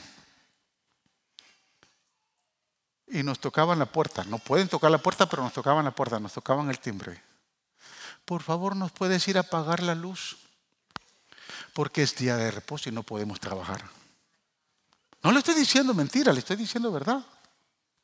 Y nos tocaban la puerta. No pueden tocar la puerta, pero nos tocaban la puerta, nos tocaban el timbre. Por favor, ¿nos puedes ir a apagar la luz? Porque es día de reposo y no podemos trabajar. No le estoy diciendo mentira, le estoy diciendo verdad.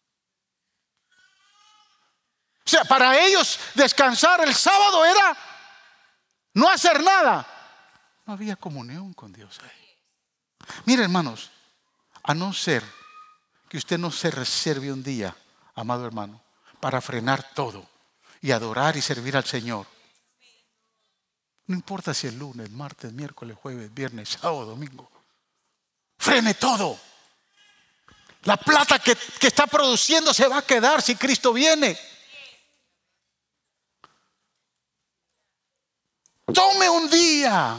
sea, para ellos descansar el sábado era no hacer nada. No había comunión con Dios ahí. Mire, hermanos, a no ser que usted no se reserve un día, amado hermano, para frenar todo y adorar y servir al Señor. No importa si es lunes, martes, miércoles, jueves, viernes, sábado, domingo. Frene todo. La plata que, que está produciendo se va a quedar si Cristo viene. Tome un día.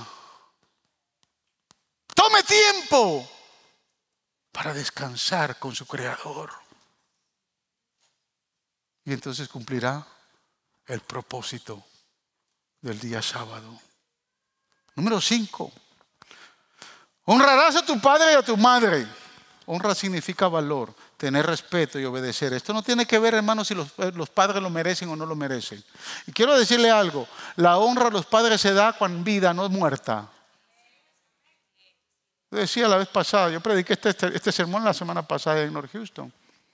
Tome tiempo para descansar con su Creador. Y entonces cumplirá el propósito del día sábado. Número cinco. Honrarás a tu padre y a tu madre. Honra significa valor, tener respeto y obedecer. Esto no tiene que ver, hermanos, si los, los padres lo merecen o no lo merecen. Y quiero decirle algo. La honra a los padres se da con vida, no muerta. Yo decía la vez pasada, yo prediqué este, este, este sermón la semana pasada en North Houston.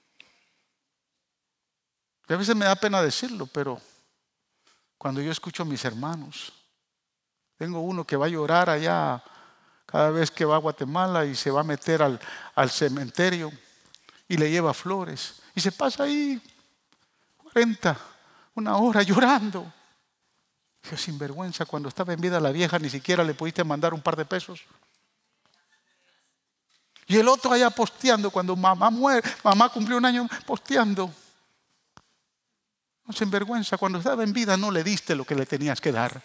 Y a veces me da pena decirlo, pero cuando yo escucho a mis hermanos, tengo uno que va a llorar allá cada vez que va a Guatemala y se va a meter al, al cementerio y le lleva flores. Y se pasa ahí cuarenta, una hora llorando. Qué sinvergüenza, cuando estaba en vida la vieja ni siquiera le pudiste mandar un par de pesos. Y el otro allá posteando cuando mamá muere, mamá cumplió un año posteando. No, sinvergüenza, cuando estaba en vida no le diste lo que le tenías que dar.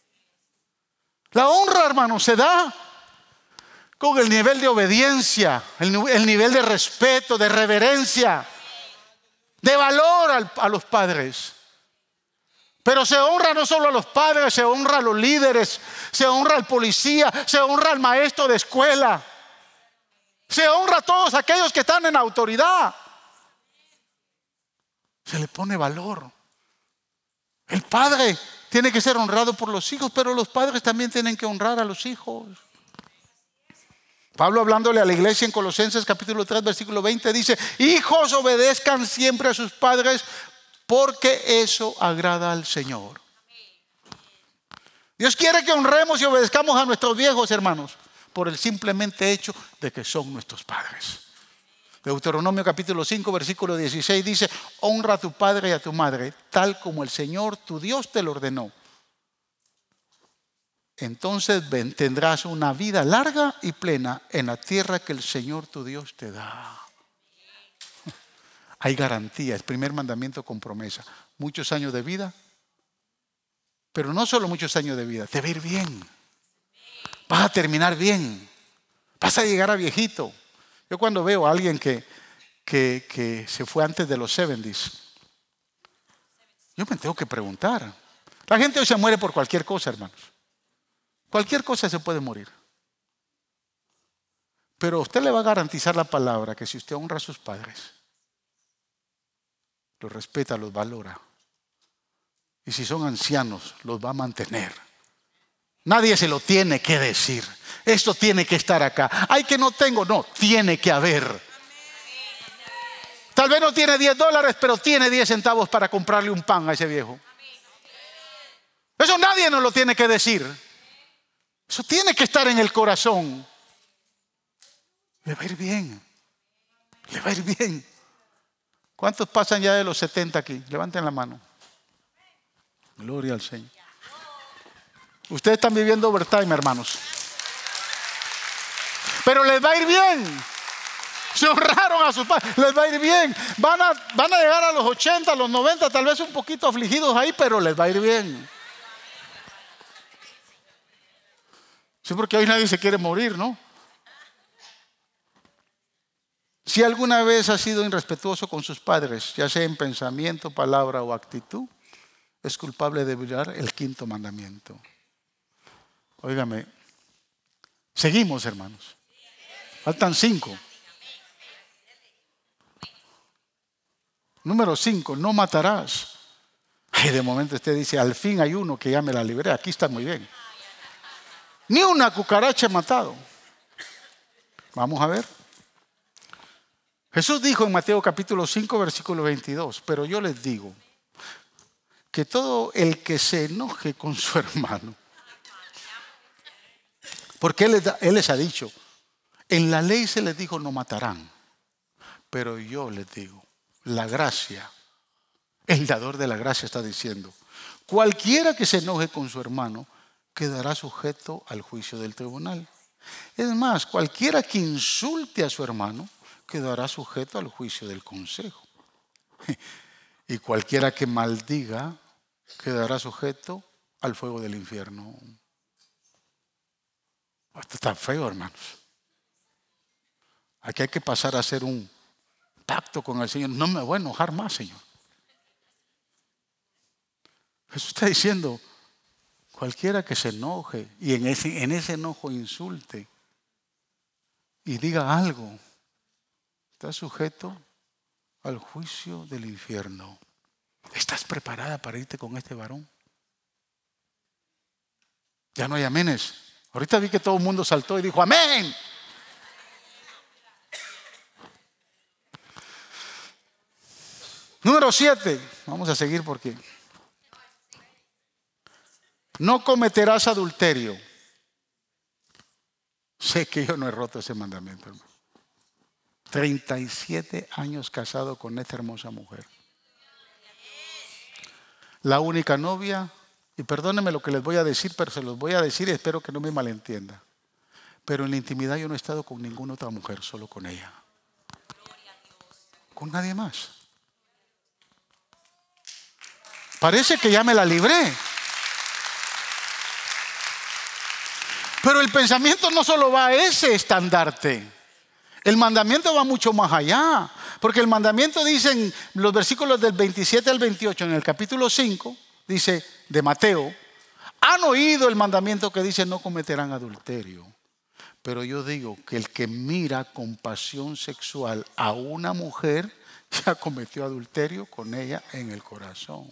La honra, hermano, se da con el nivel de obediencia, el, el nivel de respeto, de reverencia, de valor al, a los padres. Pero se honra no solo a los padres, se honra a los líderes, se honra al policía, se honra al maestro de escuela, se honra a todos aquellos que están en autoridad. Se le pone valor. El padre tiene que ser honrado por los hijos, pero los padres también tienen que honrar a los hijos. Pablo, hablándole a la iglesia en Colosenses capítulo tres versículo veinte, dice: hijos, obedezcan siempre a sus padres, porque eso agrada al Señor. Dios quiere que honremos y obedezcamos a nuestros viejos, hermanos, por el simplemente hecho de que son nuestros padres. Deuteronomio capítulo cinco versículo dieciséis dice: honra a tu padre y a tu madre, tal como el Señor tu Dios te lo ordenó. Entonces tendrás una vida larga y plena en la tierra que el Señor tu Dios te da. Hay garantía, el primer mandamiento con promesa. Muchos años de vida, pero no solo muchos años de vida, te va a ir bien. Vas a terminar bien. Vas a llegar a viejito. Yo cuando veo a alguien que, que, que se fue antes de los setenta, yo me tengo que preguntar. La gente hoy se muere por cualquier cosa, hermanos. Cualquier cosa se puede morir. Pero usted le va a garantizar la palabra que si usted honra a sus padres, los respeta, los valora, y si son ancianos, los va a mantener. Nadie se lo tiene que decir. Esto tiene que estar acá. Ay, que no tengo. No, tiene que haber. Tal vez no tiene diez dólares, pero tiene diez centavos para comprarle un pan a ese viejo. Eso nadie nos lo tiene que decir. Eso tiene que estar en el corazón. Le va a ir bien. Le va a ir bien. ¿Cuántos pasan ya de los setenta aquí? Levanten la mano. Gloria al Señor. Ustedes están viviendo overtime, hermanos. Pero les va a ir bien. Se honraron a sus padres. Les va a ir bien. Van a, van a llegar a los ochenta, a los noventa, tal vez un poquito afligidos ahí, pero les va a ir bien. Sí, porque hoy nadie se quiere morir, ¿no? Si alguna vez ha sido irrespetuoso con sus padres, ya sea en pensamiento, palabra o actitud, es culpable de violar el quinto mandamiento. Óigame, seguimos, hermanos. Faltan cinco. Número cinco, no matarás. Y de momento usted dice: al fin hay uno que ya me la libré. Aquí está muy bien. Ni una cucaracha he matado. Vamos a ver. Jesús dijo en Mateo capítulo cinco versículo veintidós: pero yo les digo, que todo el que se enoje con su hermano, porque él les, da- él les ha dicho, en la ley se les dijo no matarán, pero yo les digo, la gracia, el dador de la gracia está diciendo, cualquiera que se enoje con su hermano quedará sujeto al juicio del tribunal. Es más, cualquiera que insulte a su hermano quedará sujeto al juicio del consejo. Y cualquiera que maldiga quedará sujeto al fuego del infierno. Esto está feo, hermanos. Aquí hay que pasar a hacer un pacto con el Señor. No me voy a enojar más, Señor. Jesús está diciendo, cualquiera que se enoje y en ese, en ese enojo insulte y diga algo, está sujeto al juicio del infierno. ¿Estás preparada para irte con este varón? Ya no hay amenes. Ahorita vi que todo el mundo saltó y dijo amén. Número siete. Vamos a seguir porque no cometerás adulterio. Sé que yo no he roto ese mandamiento, hermano. treinta y siete años casado con esta hermosa mujer. La única novia, y perdónenme lo que les voy a decir, pero se los voy a decir y espero que no me malentienda. Pero en la intimidad yo no he estado con ninguna otra mujer, solo con ella. Con nadie más. Parece que ya me la libré. Pero el pensamiento no solo va a ese estandarte. El mandamiento va mucho más allá. Porque el mandamiento dice en los versículos del veintisiete al veintiocho, en el capítulo cinco, dice de Mateo, han oído el mandamiento que dice no cometerán adulterio. Pero yo digo que el que mira con pasión sexual a una mujer ya cometió adulterio con ella en el corazón.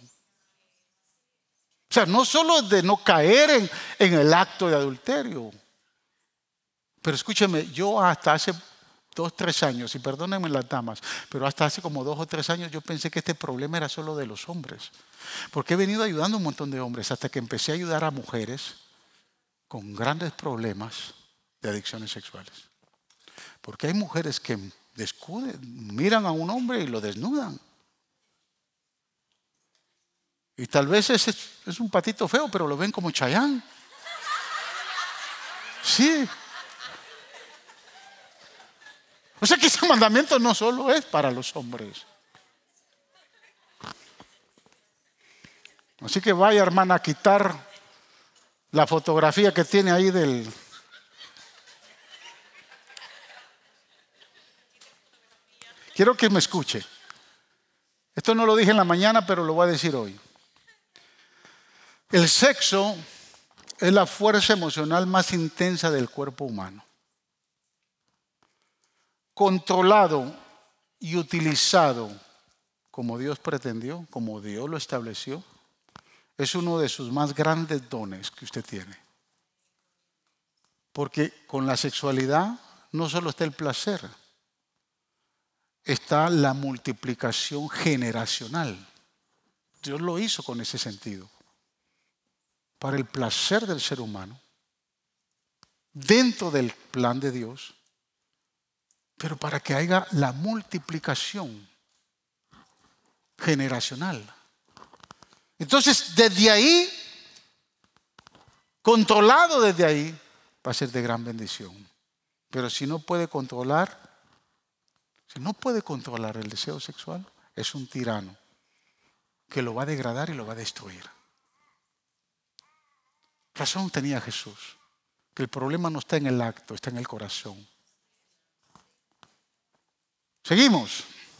O sea, no solo de no caer en, en el acto de adulterio. Pero escúcheme, yo hasta hace dos, tres años, y perdónenme las damas, pero hasta hace como dos o tres años yo pensé que este problema era solo de los hombres. Porque he venido ayudando a un montón de hombres hasta que empecé a ayudar a mujeres con grandes problemas de adicciones sexuales. Porque hay mujeres que descubren, miran a un hombre y lo desnudan. Y tal vez es, es un patito feo, pero lo ven como Chayán. Sí. O sea que ese mandamiento no solo es para los hombres. Así que vaya, hermana, a quitar la fotografía que tiene ahí del... Quiero que me escuche. Esto no lo dije en la mañana, pero lo voy a decir hoy. El sexo es la fuerza emocional más intensa del cuerpo humano. Controlado y utilizado como Dios pretendió, como Dios lo estableció, es uno de sus más grandes dones que usted tiene. Porque con la sexualidad no solo está el placer, está la multiplicación generacional. Dios lo hizo con ese sentido. Para el placer del ser humano, dentro del plan de Dios, pero para que haya la multiplicación generacional. Entonces, desde ahí, controlado desde ahí, va a ser de gran bendición. Pero si no puede controlar, si no puede controlar el deseo sexual, es un tirano que lo va a degradar y lo va a destruir. Razón tenía Jesús, que el problema no está en el acto, está en el corazón. Seguimos.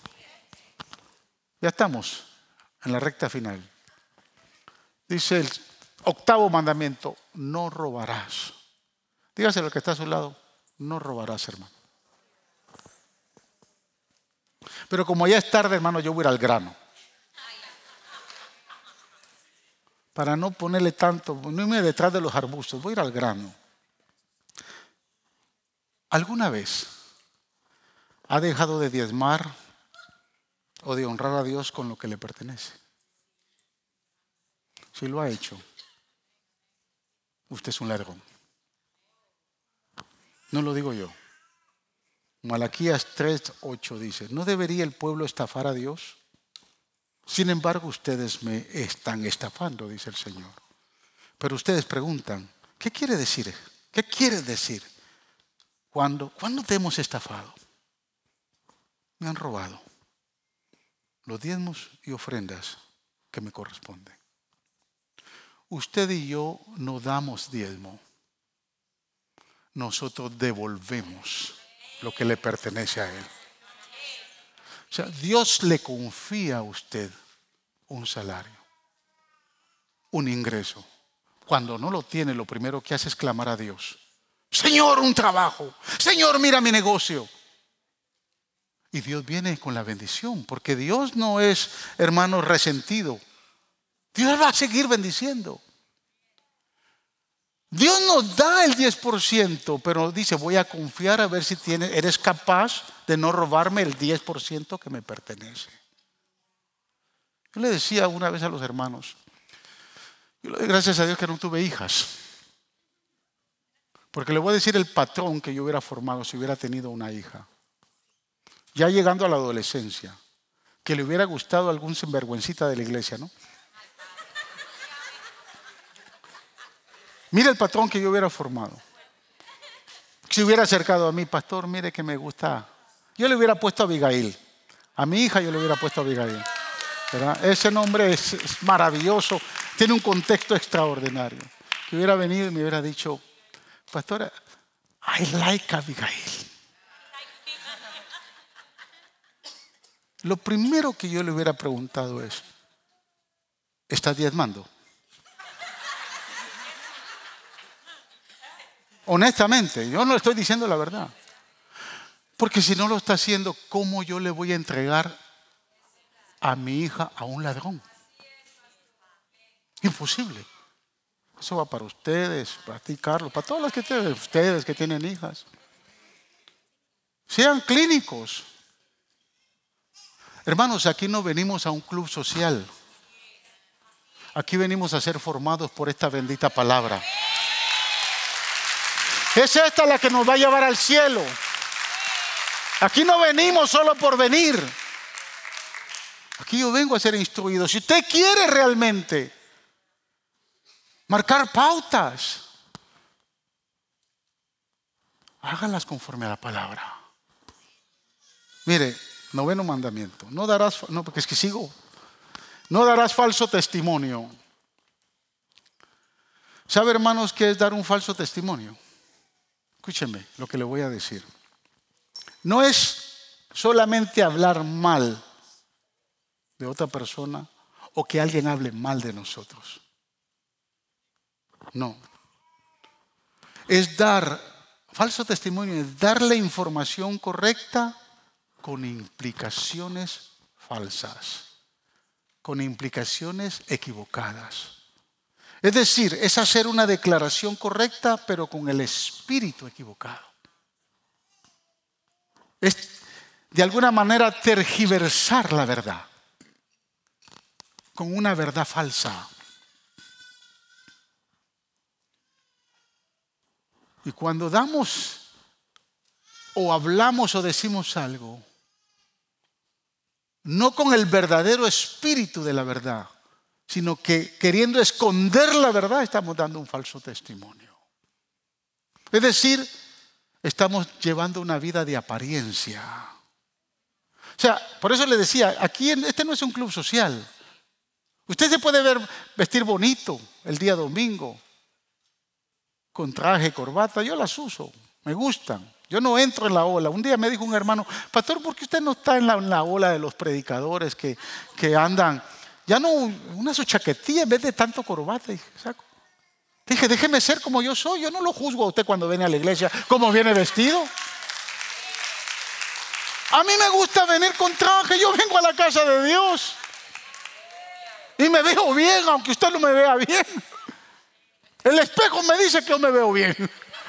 Ya estamos en la recta final. Dice el octavo mandamiento, no robarás. Dígase lo que está a su lado, no robarás, hermano. Pero como ya es tarde, hermano, yo voy a ir al grano. Para no ponerle tanto, no irme detrás de los arbustos, voy a ir al grano. ¿Alguna vez ha dejado de diezmar o de honrar a Dios con lo que le pertenece? Si lo ha hecho, usted es un ladrón. No lo digo yo. Malaquías tres ocho dice: ¿no debería el pueblo estafar a Dios? Sin embargo, ustedes me están estafando, dice el Señor. Pero ustedes preguntan, ¿qué quiere decir? ¿Qué quiere decir? ¿Cuándo, ¿Cuándo te hemos estafado? Me han robado los diezmos y ofrendas que me corresponden. Usted y yo no damos diezmo. Nosotros devolvemos lo que le pertenece a Él. O sea, Dios le confía a usted un salario, un ingreso. Cuando no lo tiene, lo primero que hace es clamar a Dios. Señor, un trabajo. Señor, mira mi negocio. Y Dios viene con la bendición, porque Dios no es, hermano, resentido. Dios va a seguir bendiciendo. Dios nos da el diez por ciento, pero dice, voy a confiar a ver si tienes, eres capaz de no robarme el diez por ciento que me pertenece. Yo le decía una vez a los hermanos, yo le doy gracias a Dios que no tuve hijas. Porque le voy a decir el patrón que yo hubiera formado si hubiera tenido una hija. Ya llegando a la adolescencia, que le hubiera gustado algún sinvergüencita de la iglesia, ¿no? Mira el patrón que yo hubiera formado. Si hubiera acercado a mí, pastor, mire que me gusta. Yo le hubiera puesto a Abigail. A mi hija yo le hubiera puesto a Abigail. ¿Verdad? Ese nombre es, es maravilloso. Tiene un contexto extraordinario. Que hubiera venido y me hubiera dicho, pastora, I like Abigail. Lo primero que yo le hubiera preguntado es, ¿estás diezmando? Honestamente, yo no estoy diciendo la verdad. Porque si no lo está haciendo, ¿cómo yo le voy a entregar a mi hija a un ladrón? Imposible. Eso va para ustedes, para ti, Carlos, para todos los que tienen, ustedes que tienen hijas. Sean clínicos. Hermanos, aquí no venimos a un club social. Aquí venimos a ser formados por esta bendita palabra. Es esta la que nos va a llevar al cielo. Aquí no venimos solo por venir. Aquí yo vengo a ser instruido. Si usted quiere realmente marcar pautas, hágalas conforme a la palabra. Mire, noveno mandamiento. No darás, no, porque es que sigo. No darás falso testimonio. ¿Sabe, hermanos, qué es dar un falso testimonio? Escúcheme lo que le voy a decir. No es solamente hablar mal de otra persona o que alguien hable mal de nosotros. No. Es dar, falso testimonio es dar la información correcta con implicaciones falsas, con implicaciones equivocadas. Es decir, es hacer una declaración correcta, pero con el espíritu equivocado. Es de alguna manera tergiversar la verdad con una verdad falsa. Y cuando damos o hablamos o decimos algo, no con el verdadero espíritu de la verdad, sino que queriendo esconder la verdad, estamos dando un falso testimonio. Es decir, estamos llevando una vida de apariencia. O sea, por eso le decía, aquí este no es un club social. Usted se puede ver vestir bonito el día domingo, con traje, corbata, yo las uso, me gustan. Yo no entro en la ola. Un día me dijo un hermano, pastor, ¿por qué usted no está en la, en la ola de los predicadores que, que andan? Ya no, una su chaquetilla en vez de tanto corbata. Dije, saco. Dije, déjeme ser como yo soy. Yo no lo juzgo a usted cuando viene a la iglesia, cómo viene vestido. A mí me gusta venir con traje. Yo vengo a la casa de Dios y me veo bien, aunque usted no me vea bien. El espejo me dice que yo me veo bien.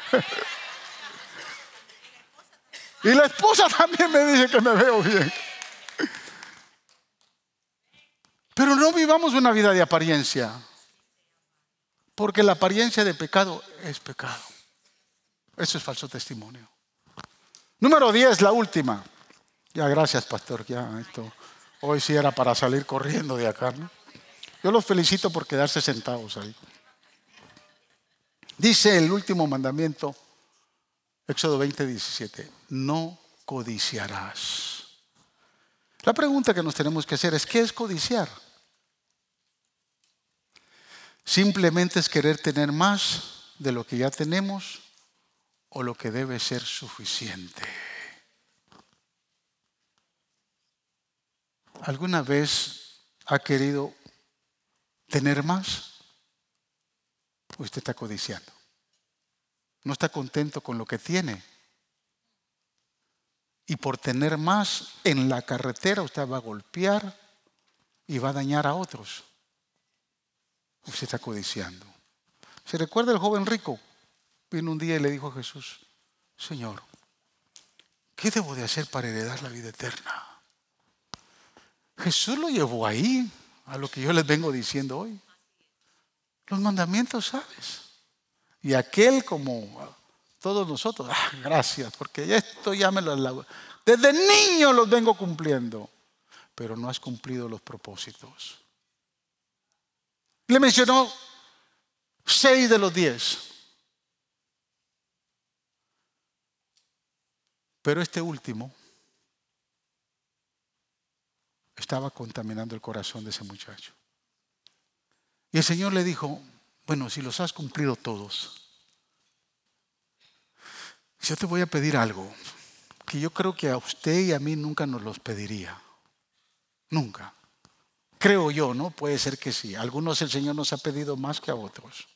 Y la esposa también me dice que me veo bien. Pero no vivamos una vida de apariencia. Porque la apariencia de pecado es pecado. Eso es falso testimonio. Número diez, la última. Ya, gracias, pastor. Ya, esto, hoy sí era para salir corriendo de acá, ¿no? Yo los felicito por quedarse sentados ahí. Dice el último mandamiento, Éxodo veinte, diecisiete. No codiciarás. La pregunta que nos tenemos que hacer es, ¿qué es codiciar? Simplemente es querer tener más de lo que ya tenemos o lo que debe ser suficiente. ¿Alguna vez ha querido tener más? ¿O usted está codiciando? ¿No está contento con lo que tiene? Y por tener más en la carretera usted va a golpear y va a dañar a otros. Usted está codiciando. ¿Se recuerda el joven rico? Vino un día y le dijo a Jesús, Señor, ¿qué debo de hacer para heredar la vida eterna? Jesús lo llevó ahí, a lo que yo les vengo diciendo hoy. Los mandamientos, ¿sabes? Y aquel, como todos nosotros, ah, gracias, porque esto ya me lo... Desde niño los vengo cumpliendo, pero no has cumplido los propósitos. Le mencionó seis de los diez. Pero este último estaba contaminando el corazón de ese muchacho. Y el Señor le dijo, bueno, si los has cumplido todos, yo te voy a pedir algo que yo creo que a usted y a mí nunca nos los pediría. Nunca. Creo yo, ¿no? Puede ser que sí. A algunos el Señor nos ha pedido más que a otros.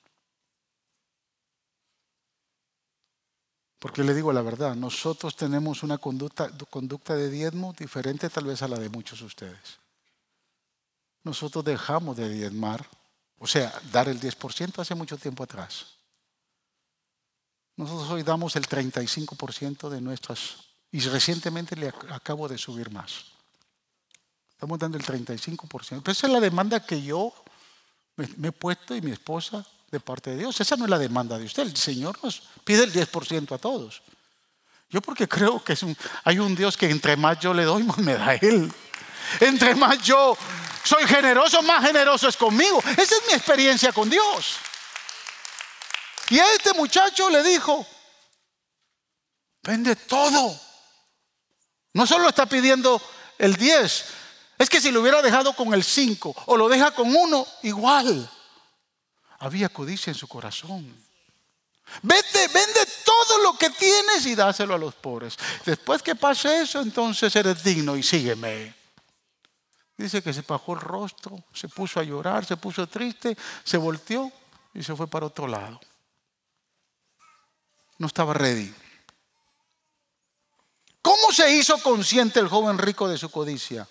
Porque le digo la verdad, nosotros tenemos una conducta, conducta de diezmo diferente tal vez a la de muchos de ustedes. Nosotros dejamos de diezmar, o sea, dar el diez por ciento hace mucho tiempo atrás. Nosotros hoy damos el treinta y cinco por ciento de nuestras, y recientemente le acabo de subir más. Estamos dando el treinta y cinco por ciento. Pero esa es la demanda que yo me, me he puesto y mi esposa de parte de Dios. Esa no es la demanda de usted. El Señor nos pide el diez por ciento a todos. Yo porque creo que es un, hay un Dios que entre más yo le doy, más me da Él. Entre más yo soy generoso, más generoso es conmigo. Esa es mi experiencia con Dios. Y a este muchacho le dijo, vende todo. No solo está pidiendo el diez, es que si lo hubiera dejado con el cinco o lo deja con uno, igual. Había codicia en su corazón. Vete, vende todo lo que tienes y dáselo a los pobres. Después que pase eso, entonces eres digno y sígueme. Dice que se bajó el rostro, se puso a llorar, se puso triste, se volteó y se fue para otro lado. No estaba ready. ¿Cómo se hizo consciente el joven rico de su codicia?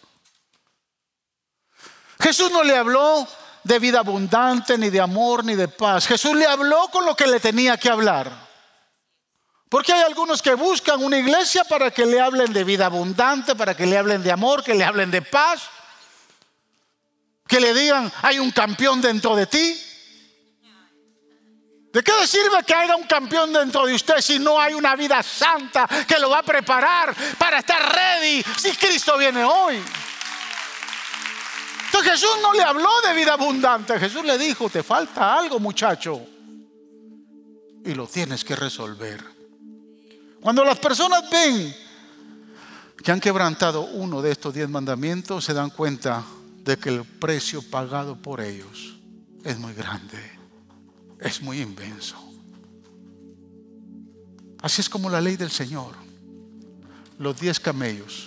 Jesús no le habló de vida abundante, ni de amor, ni de paz. Jesús le habló con lo que le tenía que hablar. Porque hay algunos que buscan una iglesia para que le hablen de vida abundante, para que le hablen de amor, que le hablen de paz, que le digan, hay un campeón dentro de ti. ¿De qué le sirve que haya un campeón dentro de usted si no hay una vida santa que lo va a preparar para estar ready si Cristo viene hoy? Entonces Jesús no le habló de vida abundante. Jesús le dijo, te falta algo, muchacho, y lo tienes que resolver. Cuando las personas ven que han quebrantado uno de estos diez mandamientos, se dan cuenta de que el precio pagado por ellos es muy grande, es muy inmenso. Así es como la ley del Señor. Los diez camellos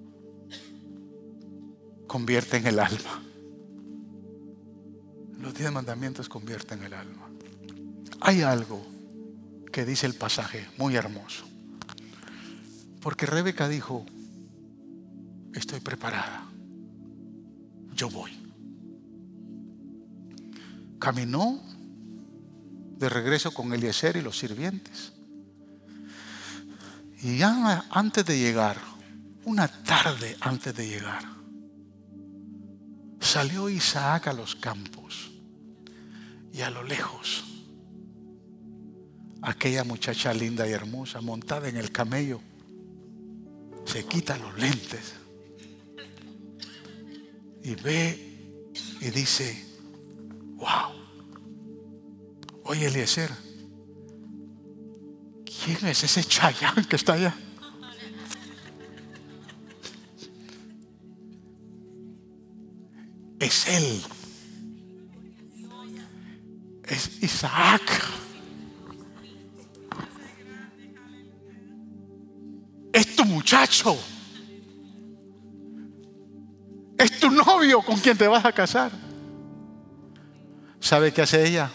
convierten el alma. Los diez mandamientos convierten el alma. Hay algo que dice el pasaje muy hermoso. Porque Rebeca dijo, estoy preparada, yo voy. Caminó de regreso con Eliezer y los sirvientes. Y ya antes de llegar, una tarde antes de llegar, salió Isaac a los campos Y a lo lejos, aquella muchacha linda y hermosa montada en el camello se quita los lentes y ve y dice: wow, oye Eliezer, ¿quién es ese Chayán que está allá? Es él, es Isaac. Es tu muchacho, es tu novio con quien te vas a casar. ¿Sabe qué hace ella?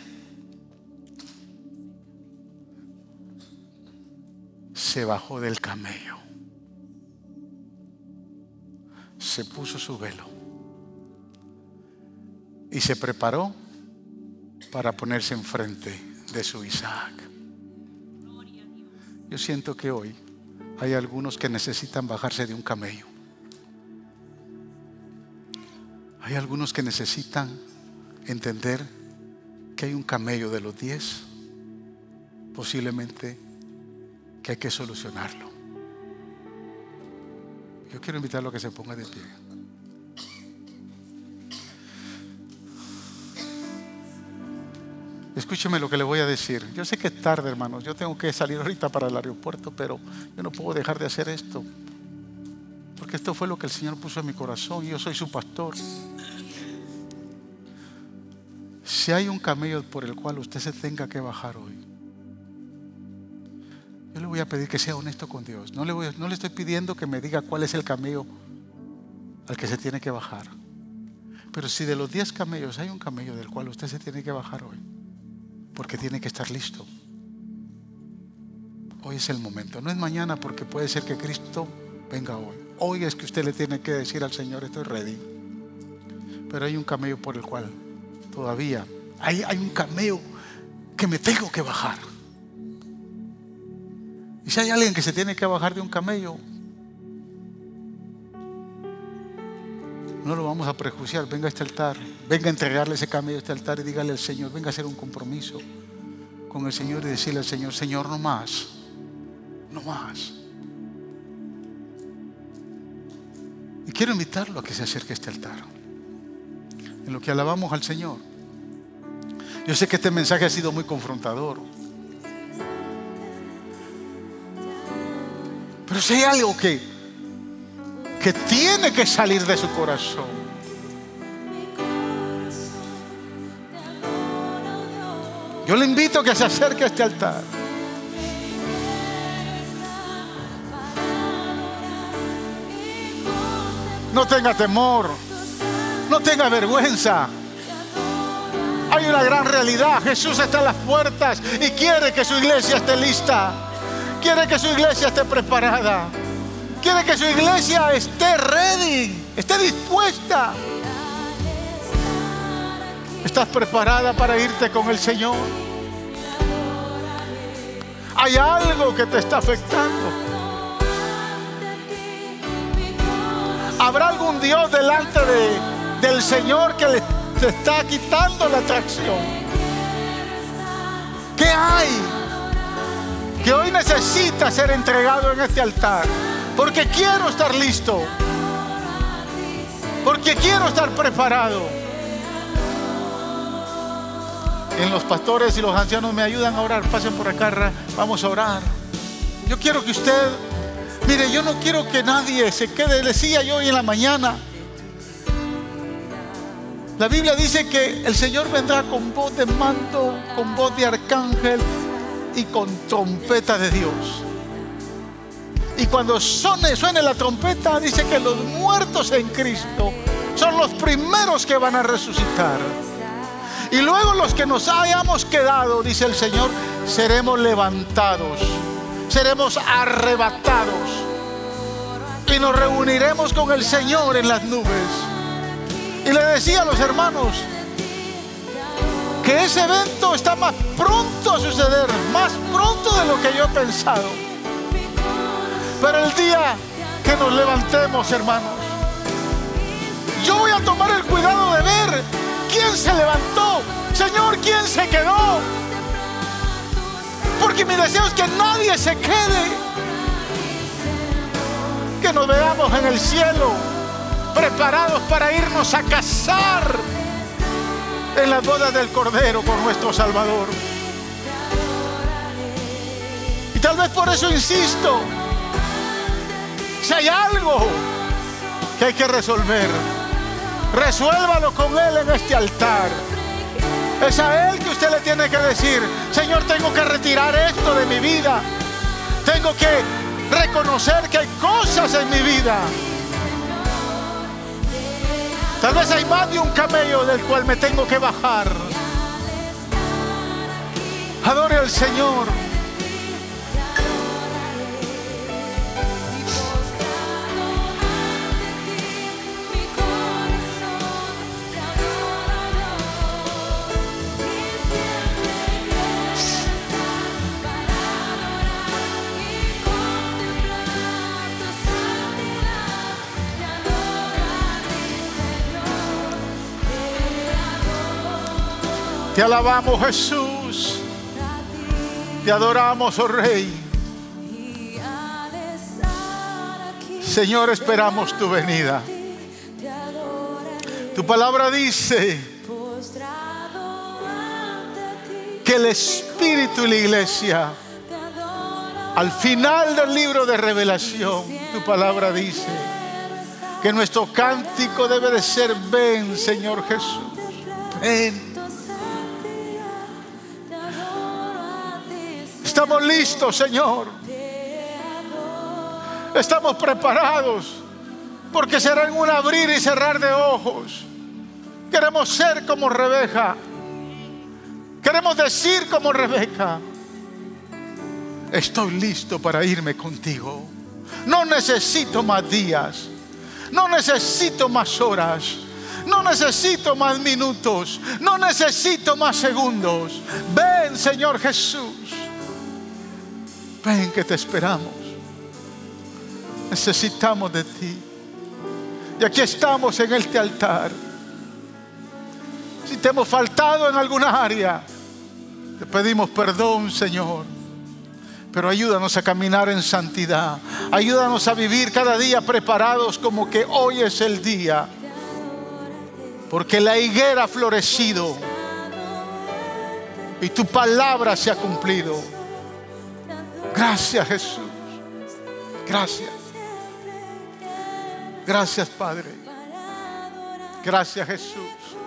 Se bajó del camello, se puso su velo y se preparó para ponerse enfrente de su Isaac. Yo siento que hoy hay algunos que necesitan bajarse de un camello. Hay algunos que necesitan entender que hay un camello de los diez, posiblemente que hay que solucionarlo. Yo quiero invitarlo a que se ponga de pie. Escúcheme lo que le voy a decir. Yo sé que es tarde, hermanos. Yo tengo que salir ahorita para el aeropuerto, pero yo no puedo dejar de hacer esto, porque esto fue lo que el Señor puso en mi corazón y yo soy su pastor. Si hay un camello por el cual usted se tenga que bajar hoy, yo le voy a pedir que sea honesto con Dios. No le, voy a, no le estoy pidiendo que me diga cuál es el camello al que se tiene que bajar. Pero si de los diez camellos hay un camello del cual usted se tiene que bajar hoy, porque tiene que estar listo, hoy es el momento. No es mañana, porque puede ser que Cristo venga hoy. Hoy es que usted le tiene que decir al Señor: estoy ready. Pero hay un camello por el cual todavía hay, hay un camello que me tengo que bajar. Y si hay alguien que se tiene que bajar de un camello, no lo vamos a prejuiciar. Venga a este altar, venga a entregarle ese camello a este altar y dígale al Señor, venga a hacer un compromiso con el Señor y decirle al Señor: Señor, no más, no más. Y quiero invitarlo a que se acerque a este altar en lo que alabamos al Señor. Yo sé que este mensaje ha sido muy confrontador, pero si hay algo que, que tiene que salir de su corazón, yo le invito a que se acerque a este altar. No tenga temor, no tenga vergüenza. Hay una gran realidad. Jesús está en las puertas y quiere que su iglesia esté lista. Quiere que su iglesia esté preparada. Quiere que su iglesia esté ready, esté dispuesta. ¿Estás preparada para irte con el Señor? Hay algo que te está afectando. ¿Habrá algún Dios delante de, del Señor que le te está quitando la atracción? ¿Qué hay que hoy necesita ser entregado en este altar? Porque quiero estar listo, porque quiero estar preparado. En los pastores y los ancianos me ayudan a orar. Pasen por acá, vamos a orar. Yo quiero que usted, mire, yo no quiero que nadie se quede. Decía yo hoy en la mañana, la Biblia dice que el Señor vendrá con voz de mando, con voz de arcángel y con trompeta de Dios. Y cuando suene, suene la trompeta, dice que los muertos en Cristo son los primeros que van a resucitar. Y luego los que nos hayamos quedado, dice el Señor, seremos levantados, seremos arrebatados y nos reuniremos con el Señor en las nubes. Y le decía a los hermanos que ese evento está más pronto a suceder, más pronto de lo que yo he pensado. Pero el día que nos levantemos, hermanos, yo voy a tomar el cuidado de ver quién se levantó Señor, ¿quién se quedó? Porque mi deseo es que nadie se quede. Que nos veamos en el cielo, preparados para irnos a casar en las bodas del Cordero con nuestro Salvador. Y tal vez por eso insisto, si hay algo que hay que resolver, resuélvalo con Él en este altar. Es a Él que usted le tiene que decir: Señor, tengo que retirar esto de mi vida. Tengo que reconocer que hay cosas en mi vida. Tal vez hay más de un camello del cual me tengo que bajar. Adore al Señor. Te alabamos, Jesús. Te adoramos, oh Rey. Señor, esperamos tu venida. Tu palabra dice que el Espíritu y la Iglesia, al final del libro de Revelación, tu palabra dice que nuestro cántico debe de ser: ven, Señor Jesús, ven. Estamos listos, Señor. Estamos preparados, porque será en un abrir y cerrar de ojos. Queremos ser como Rebeca. Queremos decir como Rebeca: estoy listo para irme contigo. No necesito más días. No necesito más horas. No necesito más minutos. No necesito más segundos. Ven, Señor Jesús. Ven, que te esperamos. Necesitamos de ti. Y aquí estamos en este altar. Si te hemos faltado en alguna área, te pedimos perdón, Señor. Pero ayúdanos a caminar en santidad. Ayúdanos a vivir cada día preparados como que hoy es el día. Porque la higuera ha florecido y tu palabra se ha cumplido. Gracias, Jesús. Gracias. Gracias, Padre. Gracias, Jesús.